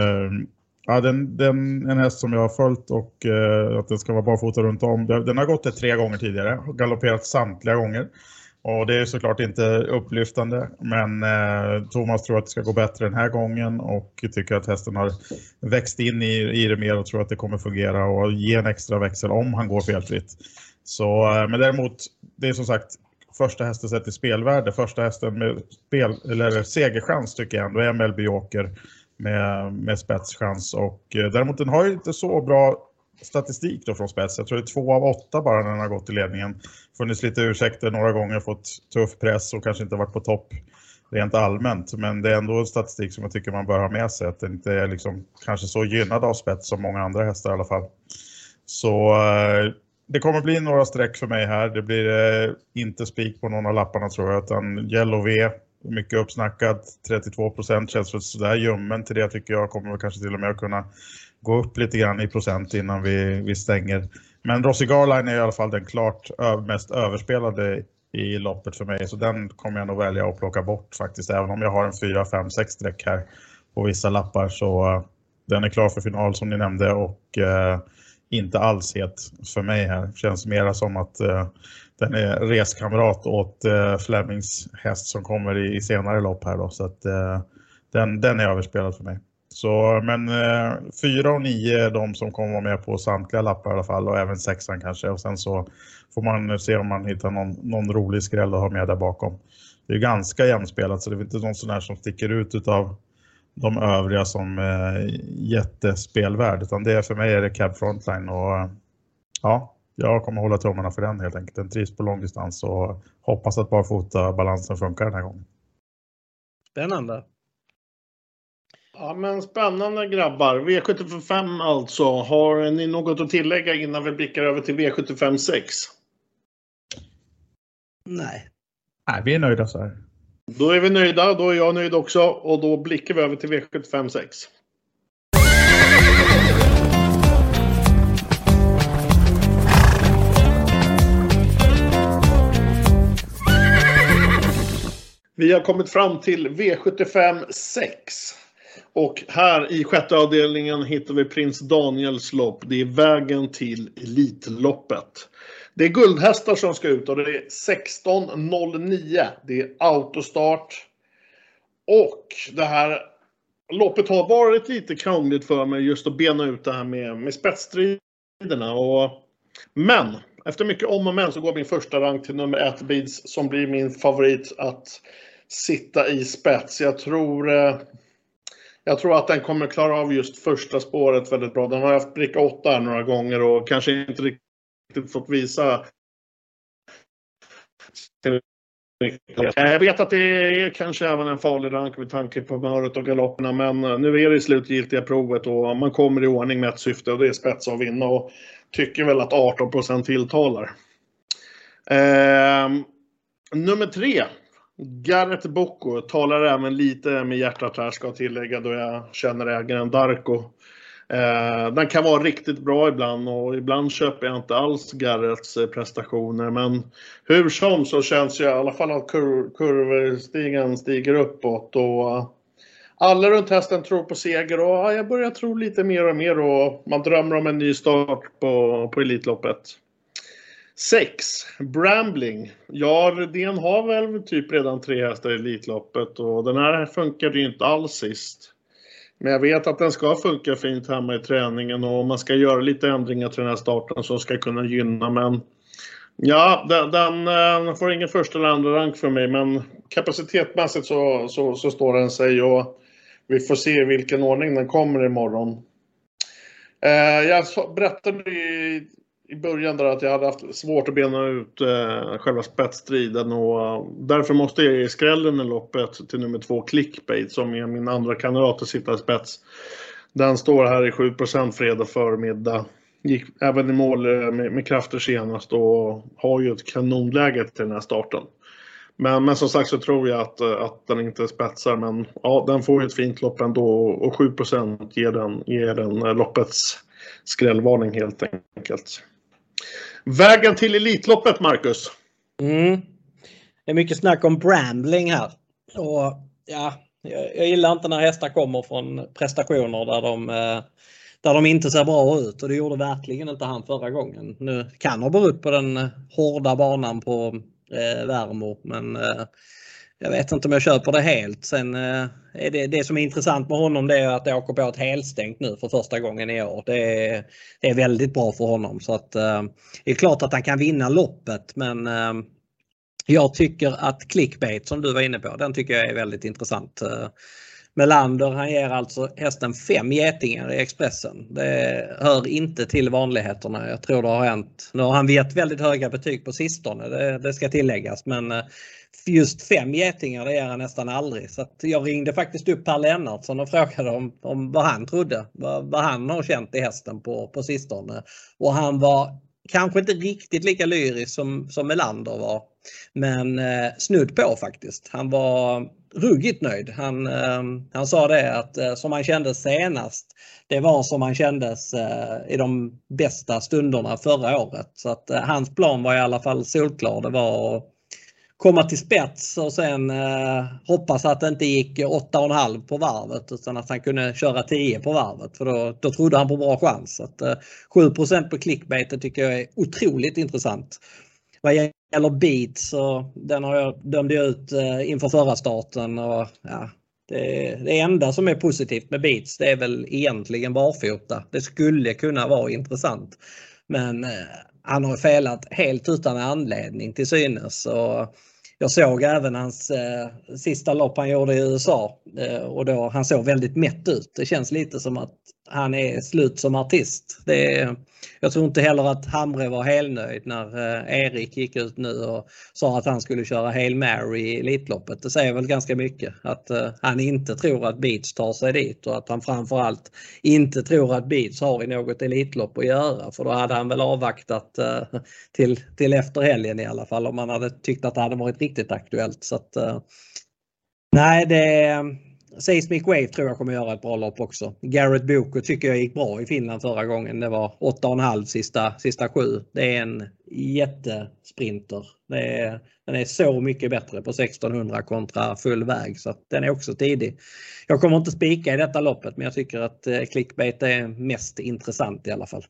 en häst som jag har följt och att den ska vara barfota runt om. Den har gått det 3 gånger tidigare och galopperat samtliga gånger. Och det är såklart inte upplyftande, men Thomas tror att det ska gå bättre den här gången och tycker att hästen har växt in i det mer och tror att det kommer fungera och ge en extra växel om han går felfritt. Så, men däremot, det är som sagt första hästen sett i spelvärde, första hästen med segerchans tycker jag ändå är Melby Joker med spetschans och däremot den har ju inte så bra statistik då från spets. Jag tror det är 2 av 8 bara när den har gått i ledningen. Funnits lite ursäkter några gånger, fått tuff press och kanske inte varit på topp rent allmänt. Men det är ändå statistik som jag tycker man bör ha med sig. Att det inte är liksom kanske så gynnad av spets som många andra hästar i alla fall. Så det kommer bli några streck för mig här. Det blir inte spik på någon av lapparna tror jag. Utan Yellow V, mycket uppsnackad. 32% känns väl sådär ljummen till det tycker jag. Kommer väl kanske till och med att kunna gå upp lite grann i procent innan vi stänger. Men Rossi Garline är i alla fall den klart mest överspelade i loppet för mig. Så den kommer jag nog välja att plocka bort faktiskt. Även om jag har en 4, 5, 6 streck här på vissa lappar. Så den är klar för final som ni nämnde. Och inte alls het för mig här. Känns mera som att den är reskamrat åt Flemings häst som kommer i senare lopp här då. Så att den är överspelad för mig. Så, men 4 och 9 är de som kommer med på samtliga lappar i alla fall och även 6an kanske. Och sen så får man se om man hittar någon rolig skräll att ha med där bakom. Det är ganska jämspelat så det är inte någon sån här som sticker ut av de övriga som jättespelvärd. Utan det är för mig är det Cab Frontline och ja, jag kommer hålla tummarna för den helt enkelt. Den trivs på långdistans och hoppas att barfota balansen funkar den här gången. Spännande. Ja men spännande grabbar. V75 alltså. Har ni något att tillägga innan vi blickar över till V75 6? Nej. Nej, vi är nöjda så här. Då är vi nöjda, då är jag nöjd också och då blickar vi över till V75 6. Vi har kommit fram till V75 6. Och här i sjätte avdelningen hittar vi Prins Daniels lopp. Det är vägen till Elitloppet. Det är guldhästar som ska ut och det är 16:09. Det är autostart. Och det här loppet har varit lite krångligt för mig just att bena ut det här med spetsstriderna. Men efter mycket om och men så går min första rank till nummer 1 Beads som blir min favorit att sitta i spets. Jag tror att den kommer klara av just första spåret väldigt bra. Den har haft bricka 8 här några gånger och kanske inte riktigt fått visa. Jag vet att det är kanske även en farlig rank med tanke på humöret och galopperna. Men nu är det slutgiltiga provet och man kommer i ordning med ett syfte och det är spets att vinna. Och tycker väl att 18% tilltalar. Nummer 3. Gareth Bocco talar även lite med hjärtat här, ska tillägga, då jag känner ägaren Darko. Den kan vara riktigt bra ibland och ibland köper jag inte alls Gareths prestationer, men hur som så känns jag i alla fall att kurvstigen stiger uppåt och alla runt hästen tror på seger och jag börjar tro lite mer och mer och man drömmer om en ny start på Elitloppet. 6. Brambling. Ja, Redén har väl typ redan 3 hästar i Elitloppet och den här funkade ju inte alls sist. Men jag vet att den ska funka fint hemma i träningen och man ska göra lite ändringar till den här starten som ska kunna gynna. Men ja, den får ingen första eller andra rank för mig, men kapacitetmässigt så står den sig och vi får se i vilken ordning den kommer imorgon. Jag berättade i början där att jag hade haft svårt att bena ut själva spetsstriden och därför måste jag ge skrällen i loppet till nummer 2 Clickbait som är min andra kandidat att sitta i spets. Den står här i 7% fredag förmiddag. Gick även i mål med krafter senast och har ju ett kanonläge till den här starten. Men som sagt så tror jag att den inte spetsar, men ja, den får ett fint lopp ändå och 7% ger den loppets skrällvarning helt enkelt. Vägen till Elitloppet, Marcus. Det är mycket snack om Brambling här. Och ja, jag gillar inte när hästar kommer från prestationer där de inte ser bra ut. Och det gjorde verkligen inte han förra gången. Nu kan ha berott på den hårda banan på Värmo. Men jag vet inte om jag köper det helt. Sen är det som är intressant med honom, det är att jag åker på ett helstängt nu för första gången i år. Det är väldigt bra för honom. Så att, det är klart att han kan vinna loppet, men jag tycker att Clickbait som du var inne på, den tycker jag är väldigt intressant. Melander, han ger alltså hästen 5 getingar i Expressen. Det hör inte till vanligheterna. Jag tror det har hänt. Nu har han gett väldigt höga betyg på sistone, det ska tilläggas. Men just 5 getingar, det ger han nästan aldrig. Så att jag ringde faktiskt upp Per Lennartsson och frågade om vad han trodde. Vad han har känt i hästen på sistone. Och han var kanske inte riktigt lika lyrisk som Melander var. Men snudd på faktiskt. Han var ruggigt nöjd. Han sa det att som han kändes senast, det var som han kändes i de bästa stunderna förra året. Så att hans plan var i alla fall solklar. Det var att komma till spets och sen hoppas att det inte gick 8,5 på varvet utan att han kunde köra 10 på varvet. För då trodde han på bra chans. Så att 7% på Clickbait tycker jag är otroligt intressant. Vad gäller Beats, så den har jag dömde ut inför förra starten och ja, det enda som är positivt med Beats, det är väl egentligen barfota. Det skulle kunna vara intressant, men han har felat helt utan anledning till synes. Och jag såg även hans sista lopp han gjorde i USA och då han såg väldigt mätt ut. Det känns lite som att han är slut som artist. Jag tror inte heller att Hamre var helnöjd när Erik gick ut nu och sa att han skulle köra Hail Mary i Elitloppet. Det säger väl ganska mycket att han inte tror att Beats tar sig dit och att han framförallt inte tror att Beats har i något Elitlopp att göra. För då hade han väl avvaktat till efter helgen i alla fall om man hade tyckt att det hade varit riktigt aktuellt. Så att, nej, Seismic Wave tror jag kommer göra ett bra lopp också. Gareth Bocco tycker jag gick bra i Finland förra gången. Det var 8,5 sista 7. Det är en jättesprinter. Den är så mycket bättre på 1600 kontra full väg. Så att den är också tidig. Jag kommer inte spika i detta loppet, men jag tycker att Clickbait är mest intressant i alla fall.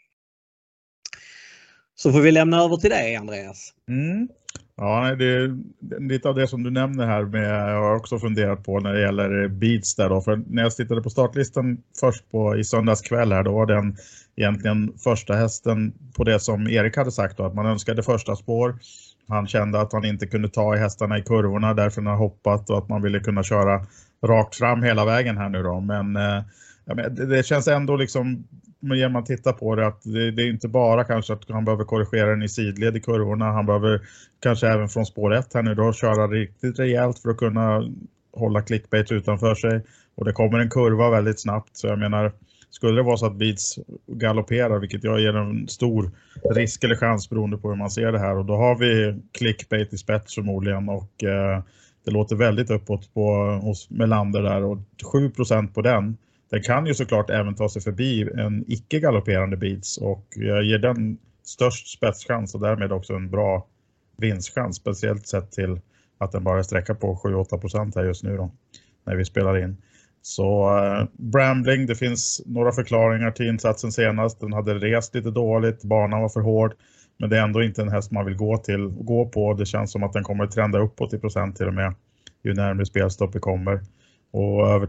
Så får vi lämna över till dig, Andreas. Ja, det är lite av det som du nämner här med, jag har också funderat på när det gäller Beats där då. För när jag tittade på startlistan först i söndags kväll här, då var den egentligen första hästen på det som Erik hade sagt då, att man önskade första spår. Han kände att han inte kunde ta i hästarna i kurvorna, därför han har hoppat och att man ville kunna köra rakt fram hela vägen här nu då. Men det känns ändå liksom, när man tittar på det, att det är inte bara kanske att han behöver korrigera den i sidled i kurvorna. Han behöver kanske även från spår 1 här nu då köra riktigt rejält för att kunna hålla Clickbait utanför sig. Och det kommer en kurva väldigt snabbt. Så jag menar, skulle det vara så att Beats galopperar, vilket jag ger en stor risk eller chans beroende på hur man ser det här. Och då har vi clickbait i spets förmodligen och det låter väldigt uppåt hos Melander där och 7% på den. Den kan ju såklart även ta sig förbi en icke-galopperande Beats och jag ger den störst spetschans och därmed också en bra vinstchans, speciellt sett till att den bara sträcker på 7-8% här just nu då, när vi spelar in. Så Brambling, det finns några förklaringar till insatsen senast. Den hade rest lite dåligt, banan var för hård, men det är ändå inte en häst man vill gå på. Det känns som att den kommer trenda uppåt i procent till och med ju närmare spelstoppet kommer. Och över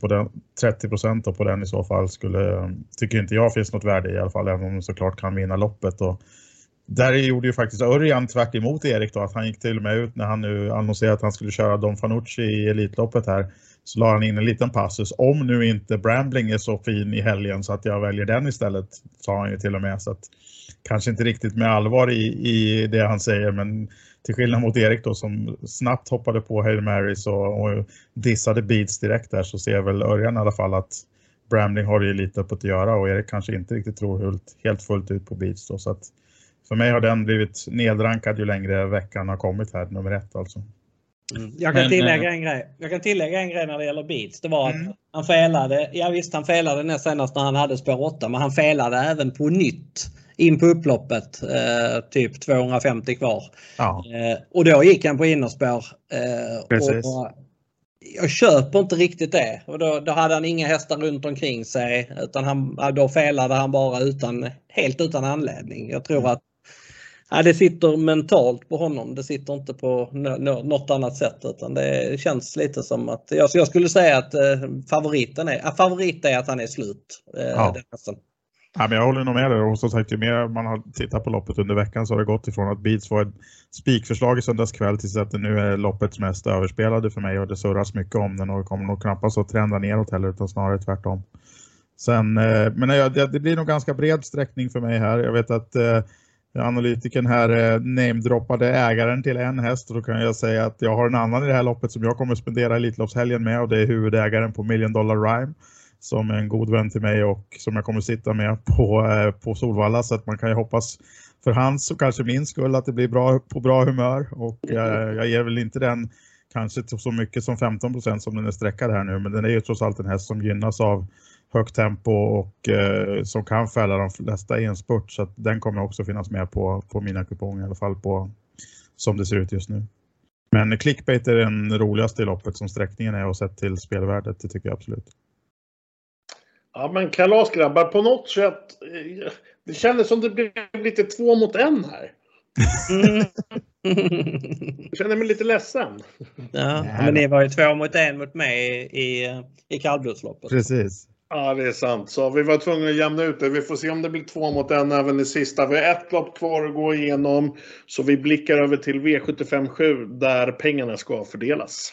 30% på den i så fall tycker inte jag finns något värde i alla fall, även om den såklart kan vinna loppet. Och där gjorde ju faktiskt Örjan tvärt emot Erik då, att han gick till och med ut när han nu annonserade att han skulle köra Don Fanucci i Elitloppet här. Så la han in en liten passus, om nu inte Brambling är så fin i helgen så att jag väljer den istället, sa han ju till och med. Så att kanske inte riktigt med allvar i det han säger, men till skillnad mot Erik då som snabbt hoppade på Hail Marys och dissade Beats direkt där, så ser väl Örjan i alla fall att Brambling har ju lite på att göra och Erik kanske inte riktigt tror helt fullt ut på Beats då. Så att för mig har den blivit nedrankad ju längre veckan har kommit här, nummer 1 alltså. Jag kan tillägga en grej när det gäller Beats. Det var att han felade. Ja visst, han felade näst senast när han hade spår 8, men han felade även på nytt in på upploppet, typ 250 kvar. Ja. Och då gick han på innerspår. Och jag köper inte riktigt det. Och då hade han inga hästar runt omkring sig, utan då felade han bara helt utan anledning. Jag tror att det sitter mentalt på honom. Det sitter inte på något annat sätt, utan det känns lite som att jag skulle säga att favorit är att han är slut. Ja. Ja, men jag håller nog med dig, och som sagt ju mer man har tittat på loppet under veckan så har det gått ifrån att Beats var ett spikförslag i söndagskväll tills att det nu är loppets mest överspelade för mig och det surras mycket om den och det kommer nog knappast att trenda neråt heller, utan snarare tvärtom. Sen, men det blir nog ganska bred sträckning för mig här. Jag vet att analytiken här namedroppade ägaren till en häst, och då kan jag säga att jag har en annan i det här loppet som jag kommer att spendera Elitloppshelgen med, och det är huvudägaren på $1 Million Rhyme, som är en god vän till mig och som jag kommer att sitta med på Solvalla, så att man kan ju hoppas för hans och kanske min skull att det blir på bra humör, och jag ger väl inte den kanske så mycket som 15% som den är sträckad här nu, men den är ju trots allt en häst som gynnas av högt tempo och som kan fälla de flesta i en spurt, så att den kommer också finnas med på mina kuponger i alla fall på som det ser ut just nu. Men clickbait är den roligaste i loppet som sträckningen är, och sett till spelvärdet, det tycker jag absolut. Ja, men kalasgrabbar, på något sätt det kändes som det blev lite 2 mot 1 här. Jag känner mig lite ledsen. Ja, men det var ju 2 mot 1 mot mig i kallblodsloppet. Precis. Ja, det är sant. Så vi var tvungna att jämna ut det. Vi får se om det blir 2 mot 1 även i sista. Vi har 1 lopp kvar att gå igenom. Så vi blickar över till V75-7 där pengarna ska fördelas.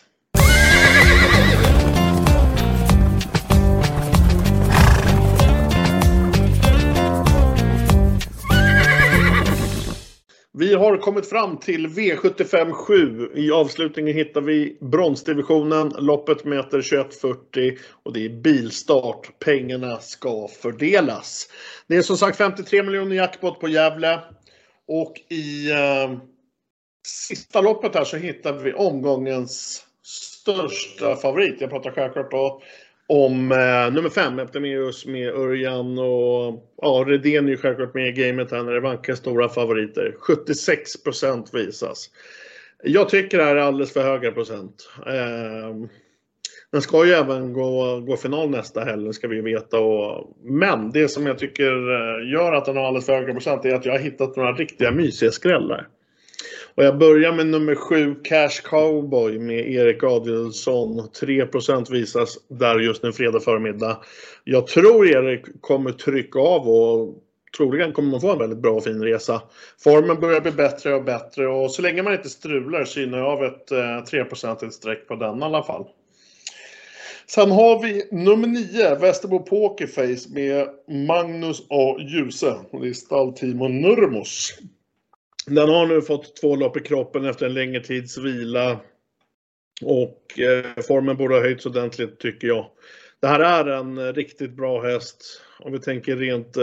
Vi har kommit fram till V75-7. I avslutningen hittar vi bronsdivisionen. Loppet mäter 21,40 och det är bilstart. Pengarna ska fördelas. Det är som sagt 53 miljoner jackpot på Gävle. Och i sista loppet här så hittar vi omgångens största favorit. Jag pratar självklart om nummer 5, Eptemeus med Örjan, och Redén är ju självklart med i gamet här när det vankar stora favoriter. 76% visas. Jag tycker det här är alldeles för höga procent. Den ska ju även gå final nästa helg, ska vi veta. Men det som jag tycker gör att den har alldeles för höga procent är att jag har hittat några riktiga mysiga skrällar. Och jag börjar med nummer 7, Cash Cowboy med Erik Adielsson. 3% visas där just nu fredag förmiddag. Jag tror Erik kommer trycka av och troligen kommer man få en väldigt bra och fin resa. Formen börjar bli bättre och bättre, och så länge man inte strular synar jag av ett 3% streck på den i alla fall. Sen har vi nummer 9, Västerbo Pokerface med Magnus A. Djuse. Och det är stallteam och Nurmos. Den har nu fått 2 lopp i kroppen efter en längre tids vila. Och formen borde ha höjts ordentligt tycker jag. Det här är en riktigt bra häst om vi tänker rent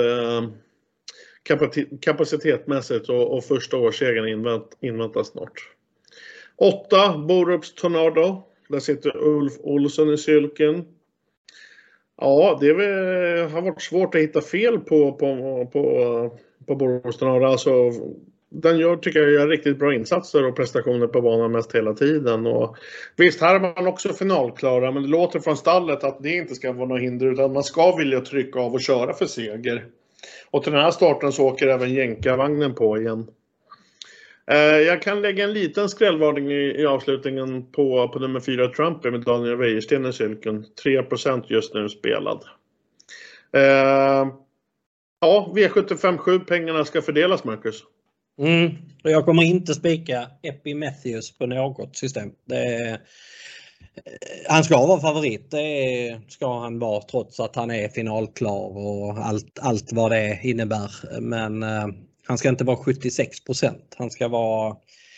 kapacitetmässigt och första årssegern inväntas snart. 8, Borups Tornado. Där sitter Ulf Olsson i sulken. Ja, det har varit svårt att hitta fel på Borups Tornado. Alltså, den tycker jag gör riktigt bra insatser och prestationer på banan mest hela tiden. Och visst, här är man också finalklara, men det låter från stallet att det inte ska vara något hinder, utan man ska vilja trycka av och köra för seger. Och till den här starten så åker även jänkarvagnen på igen. Jag kan lägga en liten skrällvarning i avslutningen på nummer 4 Trumpy med Daniel Wäjersten i sulken. 3% just nu spelad. Ja, V75-7 pengarna ska fördelas, Marcus. Och jag kommer inte spika Epi Matthews på något system. Han ska vara favorit, det ska han vara trots att han är finalklar och allt vad det innebär. Men han ska inte vara 76%. Han ska vara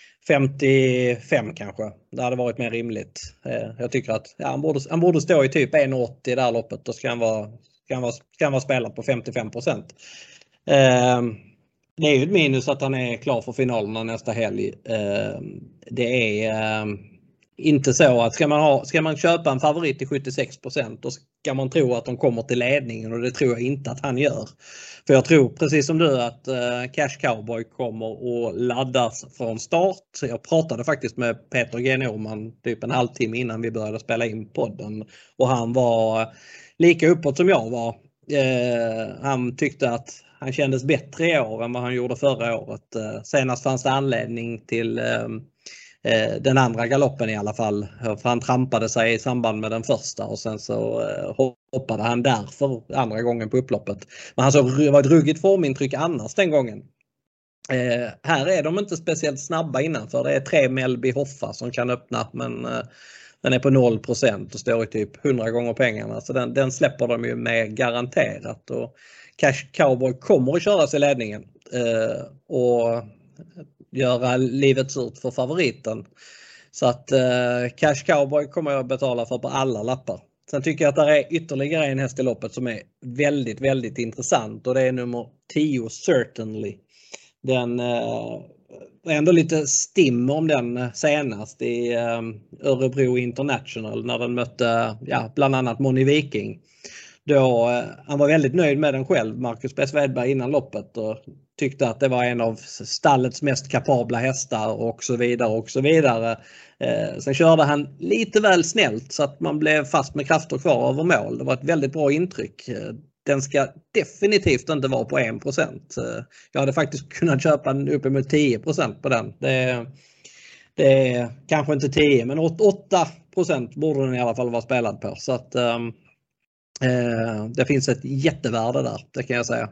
55 kanske. Det hade varit mer rimligt. Jag tycker att han borde stå i typ 1,80 i det här loppet. Då ska han vara spelad på 55%. Det är ju ett minus att han är klar för finalerna nästa helg. Det är inte så att ska man köpa en favorit till 76%, då ska man tro att de kommer till ledningen, och det tror jag inte att han gör. För jag tror precis som du att Cash Cowboy kommer att laddas från start. Jag pratade faktiskt med Peter G. Norman typ en halvtimme innan vi började spela in podden, och han var lika uppåt som jag var. Han tyckte att han kändes bättre i år än vad han gjorde förra året. Senast fanns det anledning till den andra galoppen i alla fall. För han trampade sig i samband med den första, och sen så hoppade han därför andra gången på upploppet. Men det var ett ruggigt formintryck annars den gången. Här är de inte speciellt snabba innanför. Det är 3 Melby Hoffa som kan öppna, men den är på 0% och står i typ 100 gånger pengarna. Så den släpper de ju med garanterat. Och Cash Cowboy kommer att köra sig i ledningen och göra livet surt för favoriten. Så att Cash Cowboy kommer jag att betala för på alla lappar. Sen tycker jag att det är ytterligare en häst i loppet som är väldigt, väldigt intressant, och det är nummer 10 Certainly. Den var ändå lite stim om den senast i Örebro International när den mötte bland annat Moni Viking. Då han var väldigt nöjd med den själv, Marcus B. Svedberg, innan loppet, och tyckte att det var en av stallets mest kapabla hästar och så vidare och så vidare. Sen körde han lite väl snällt så att man blev fast med krafter kvar över mål. Det var ett väldigt bra intryck. Den ska definitivt inte vara på 1%. Jag hade faktiskt kunnat köpa den uppemot 10% på den. Det är kanske inte 10, men 8% borde den i alla fall vara spelad på. Så att det finns ett jättevärde där, det kan jag säga.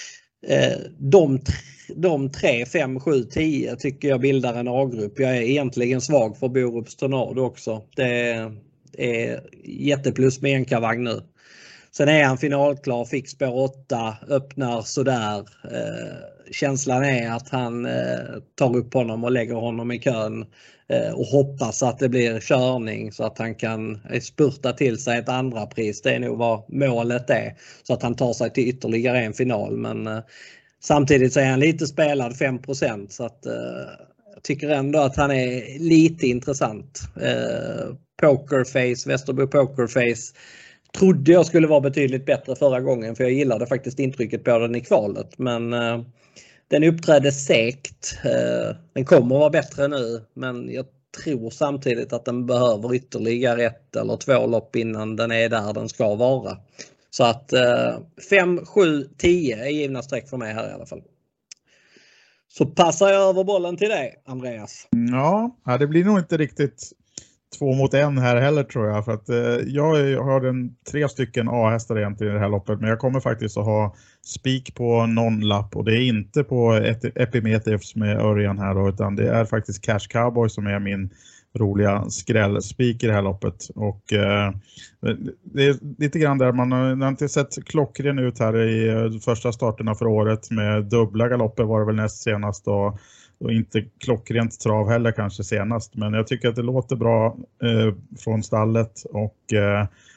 De 3, 5, 7, 10 tycker jag bildar en A-grupp. Jag är egentligen svag för Borups Tornado också. Det är jätteplus med enkarvagn nu. Sen är han finalklar, fick spår 8, öppnar sådär. Känslan är att han tar upp honom och lägger honom i kön och hoppas att det blir körning så att han kan spurta till sig ett andra pris. Det är nog vad målet är, så att han tar sig till ytterligare en final. Men samtidigt så är han lite spelad 5%, så att jag tycker ändå att han är lite intressant. Pokerface, Västerbo Pokerface trodde jag skulle vara betydligt bättre förra gången, för jag gillade faktiskt intrycket på den i kvalet, men den uppträdde segt. Den kommer att vara bättre nu, men jag tror samtidigt att den behöver ytterligare 1 eller 2 lopp innan den är där den ska vara. Så att 5, 7, 10 är givna streck för mig här i alla fall. Så passar jag över bollen till dig, Andreas. Ja, det blir nog inte riktigt 2 mot 1 här heller, tror jag. För att jag har 3 stycken A-hästar egentligen i det här loppet. Men jag kommer faktiskt att ha spik på någon lapp. Och det är inte på Epimetheus med Örjan här då, utan det är faktiskt Cash Cowboy som är min roliga skrällspik i det här loppet. Och det är lite grann där man har inte sett klockren ut här i första starterna för året. Med dubbla galopper var det väl näst senast, och inte klockrent trav heller kanske senast. Men jag tycker att det låter bra från stallet, och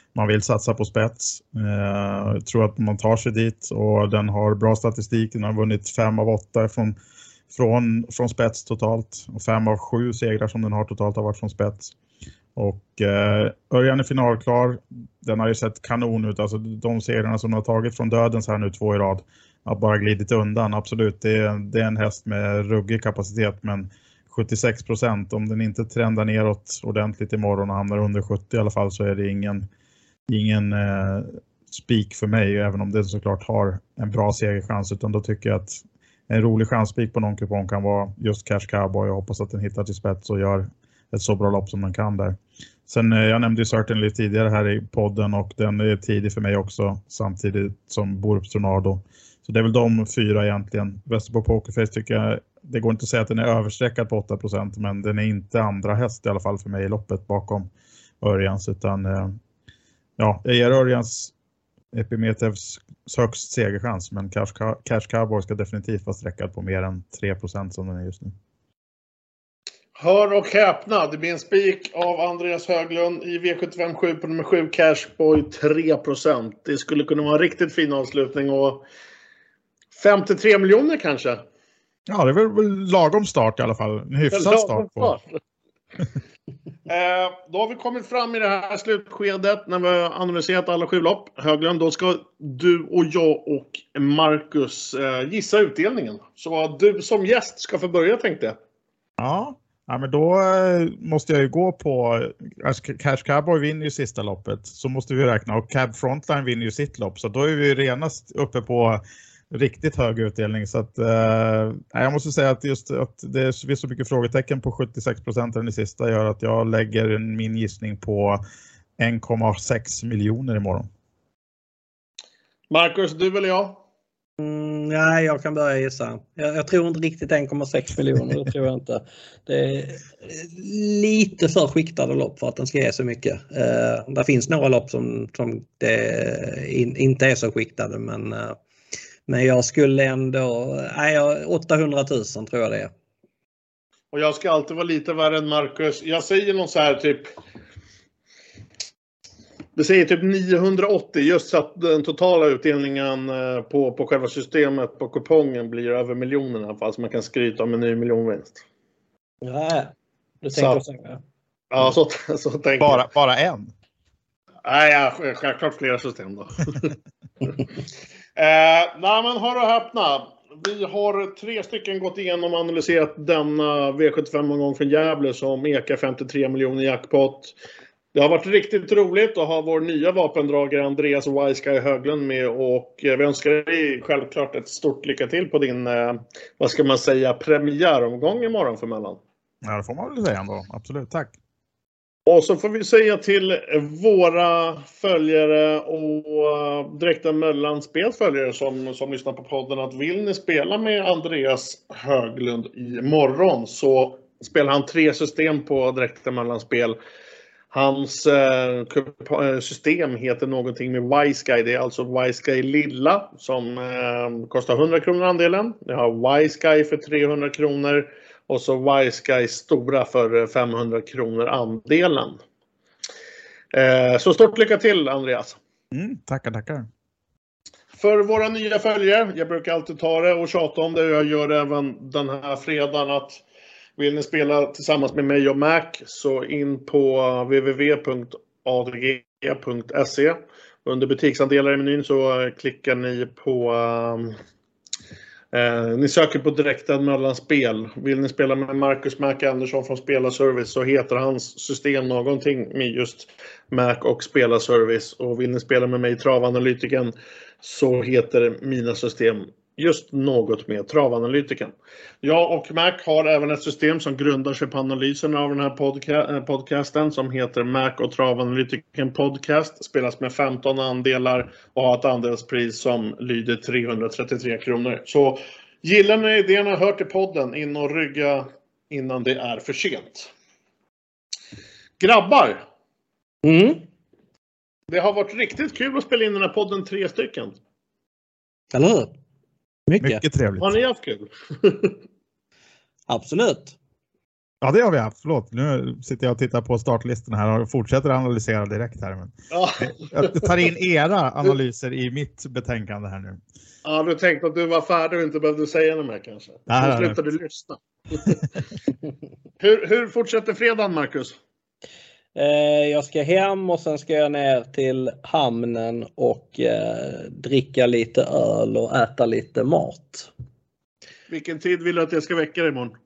man vill satsa på spets. Jag tror att man tar sig dit och den har bra statistik. Den har vunnit 5 av 8 från spets totalt. Och 5 av 7 segrar som den har totalt har varit från spets. Och Örjan är finalklar. Den har ju sett kanon ut. Alltså de segrarna som de har tagit från dödens här nu 2 i rad har bara glidit undan. Absolut, det är en häst med ruggig kapacitet, men 76%, om den inte trendar neråt ordentligt imorgon och hamnar under 70 i alla fall, så är det ingen spik för mig, även om det såklart har en bra segerchans. Utan då tycker jag att en rolig chansspik på någon kupong kan vara just Cash Cowboy. Jag hoppas att den hittar till spets och gör ett så bra lopp som den kan där. Sen jag nämnde ju Certain lite tidigare här i podden, och den är tidig för mig också, samtidigt som Borups Tornado. Så det är väl de 4 egentligen. Västerbo Pokerface tycker jag, det går inte att säga att den är översträckad på 8%, men den är inte andra häst i alla fall för mig i loppet bakom Örjans. Utan ja, jag ger Örjans Epimetevs högst segerchans, men Cash Cowboy ska definitivt vara sträckad på mer än 3% som den är just nu. Hör och häpna, det blir en spik av Andreas Höglund i V75-7 på nummer 7 Cashboy 3%. Det skulle kunna vara en riktigt fin avslutning och 53 miljoner kanske. Ja, det är väl lagom start i alla fall. En hyfsad start på. Då har vi kommit fram i det här slutskedet när vi har analyserat alla 7 lopp. Höglund, då ska du och jag och Marcus gissa utdelningen. Så du som gäst ska få börja, tänkte jag. Ja, men då måste jag ju gå på Cash Cowboy vinner ju sista loppet, så måste vi räkna, och Cab Frontline vinner ju sitt lopp, så då är vi renast uppe på riktigt hög utdelning. Så att jag måste säga att just att det finns så mycket frågetecken på 76% i sista gör att jag lägger min gissning på 1,6 miljoner imorgon. Marcus, du eller jag? Nej, jag kan börja gissa. Jag tror inte riktigt 1,6 miljoner. Det tror jag inte. Det är lite för skiktade lopp för att den ska ge så mycket. Det finns några lopp som det inte är så skiktade, men jag skulle ändå... 800 000 tror jag det är. Och jag ska alltid vara lite värre än Marcus. Jag säger någon så här typ... Det säger typ 980, just så att den totala utdelningen på själva systemet på kupongen blir över miljonen i alla fall. Så man kan skryta om en ny miljonvinst. Nej, du tänker så. Ja, så tänker jag. Bara en? Nej, självklart flera system då. Nej, men hör och häpna. Vi har 3 stycken gått igenom och analyserat denna V75-omgång från Gävle som ekar 53 miljoner jackpot. Det har varit riktigt roligt att ha vår nya vapendragare Andreas Wiseguy Höglund med, och vi önskar dig självklart ett stort lycka till på din, vad ska man säga, premiäromgång imorgon för mellan. Ja, det får man väl säga ändå. Absolut, tack. Och så får vi säga till våra följare och direkta mellanspels följare som lyssnar på podden att vill ni spela med Andreas Höglund imorgon så spelar han 3 system på direkta mellanspel. Hans system heter någonting med Wiseguy. Det är alltså Wiseguy lilla som kostar 100 kronor andelen. Vi har Wiseguy för 300 kronor. Och så Wiseguy stora för 500 kronor andelen. Så stort lycka till, Andreas. Tackar. För våra nya följare, jag brukar alltid ta det och tjata om det. Jag gör det även den här fredagen att vill ni spela tillsammans med mig och Mac så in på www.adg.se. Under butiksandelar i menyn så klickar ni på... ni söker på direkta mellanspel. Vill ni spela med Marcus Mac Andersson från Spelarservice så heter hans system någonting med just Mac och Spelarservice. Och vill ni spela med mig Travanalytiken så heter mina system just något med Travanalytiken. Jag och Mac har även ett system som grundar sig på analysen av den här podcasten som heter Mac och Travanalytiken podcast. Spelas med 15 andelar och har ett andelspris som lyder 333 kronor. Så gillar ni det ni har hört i podden, in och rygga innan det är för sent. Grabbar! Det har varit riktigt kul att spela in den här podden 3 stycken. Eller hur? Mycket Trevligt. Har ni haft kul? Absolut. Ja, det har vi haft. Förlåt. Nu sitter jag och tittar på startlistan här och fortsätter analysera direkt här. Men jag tar in era analyser i mitt betänkande här nu. Ja, du tänkte att du var färdig och inte behövde säga något mer kanske. Nu slutade du lyssna. Hur fortsätter fredagen, Marcus? Jag ska hem och sen ska jag ner till hamnen och dricka lite öl och äta lite mat. Vilken tid vill du att jag ska väcka dig imorgon?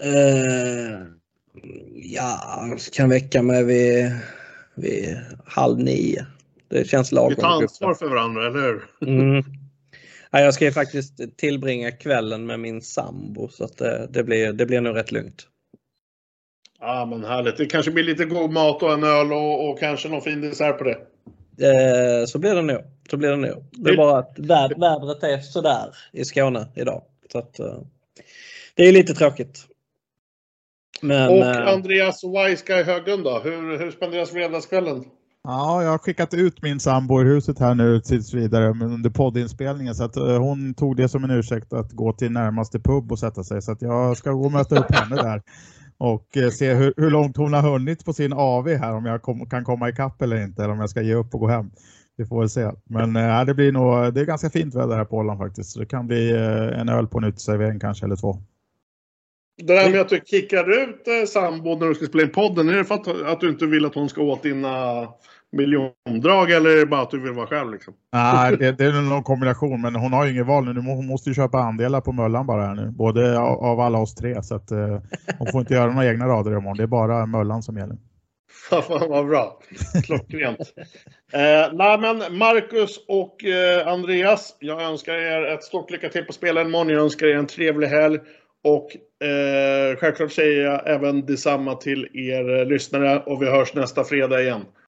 Jag kan väcka mig vid 8:30. Det känns lagom. Vi tar ansvar för varandra, eller hur? Ja, jag ska ju faktiskt tillbringa kvällen med min sambo så att det blir nog rätt lugnt. Ja, men härligt. Det kanske blir lite god mat och en öl och kanske någon fin dessert på det. Så blir det nog. Det är bara att vädret är sådär i Skåne idag. Så att det är lite tråkigt. Men, och Andreas Weissky Höglund då? Hur spenderas fredagskvällen? Ja, jag har skickat ut min sambo i huset här nu tills vidare under poddinspelningen. Så att hon tog det som en ursäkt att gå till närmaste pub och sätta sig. Så att jag ska gå och möta upp henne där. Och se hur långt hon har hunnit på sin AV här. Om jag kan komma ikapp eller inte. Eller om jag ska ge upp och gå hem. Vi får väl se. Men det är ganska fint väder här på Åland faktiskt. Så det kan bli en öl på en uteservering kanske eller 2. Det där med att du kickar ut sambo när du ska spela in podden. Är det för att du inte vill att hon ska åt dina miljondrag eller är det bara att du vill vara själv liksom? Nej, det är någon kombination, men hon har ju ingen val nu. Hon måste ju köpa andelar på Möllan bara här nu. Både av alla oss 3, så att hon får inte göra några egna rader imorgon. Det är bara Möllan som gäller. Fan vad bra. Klockrent. Nej men Marcus och Andreas, jag önskar er ett stort lycka till på spelen imorgon. Jag önskar er en trevlig helg. Och självklart säger jag även detsamma till er lyssnare och vi hörs nästa fredag igen.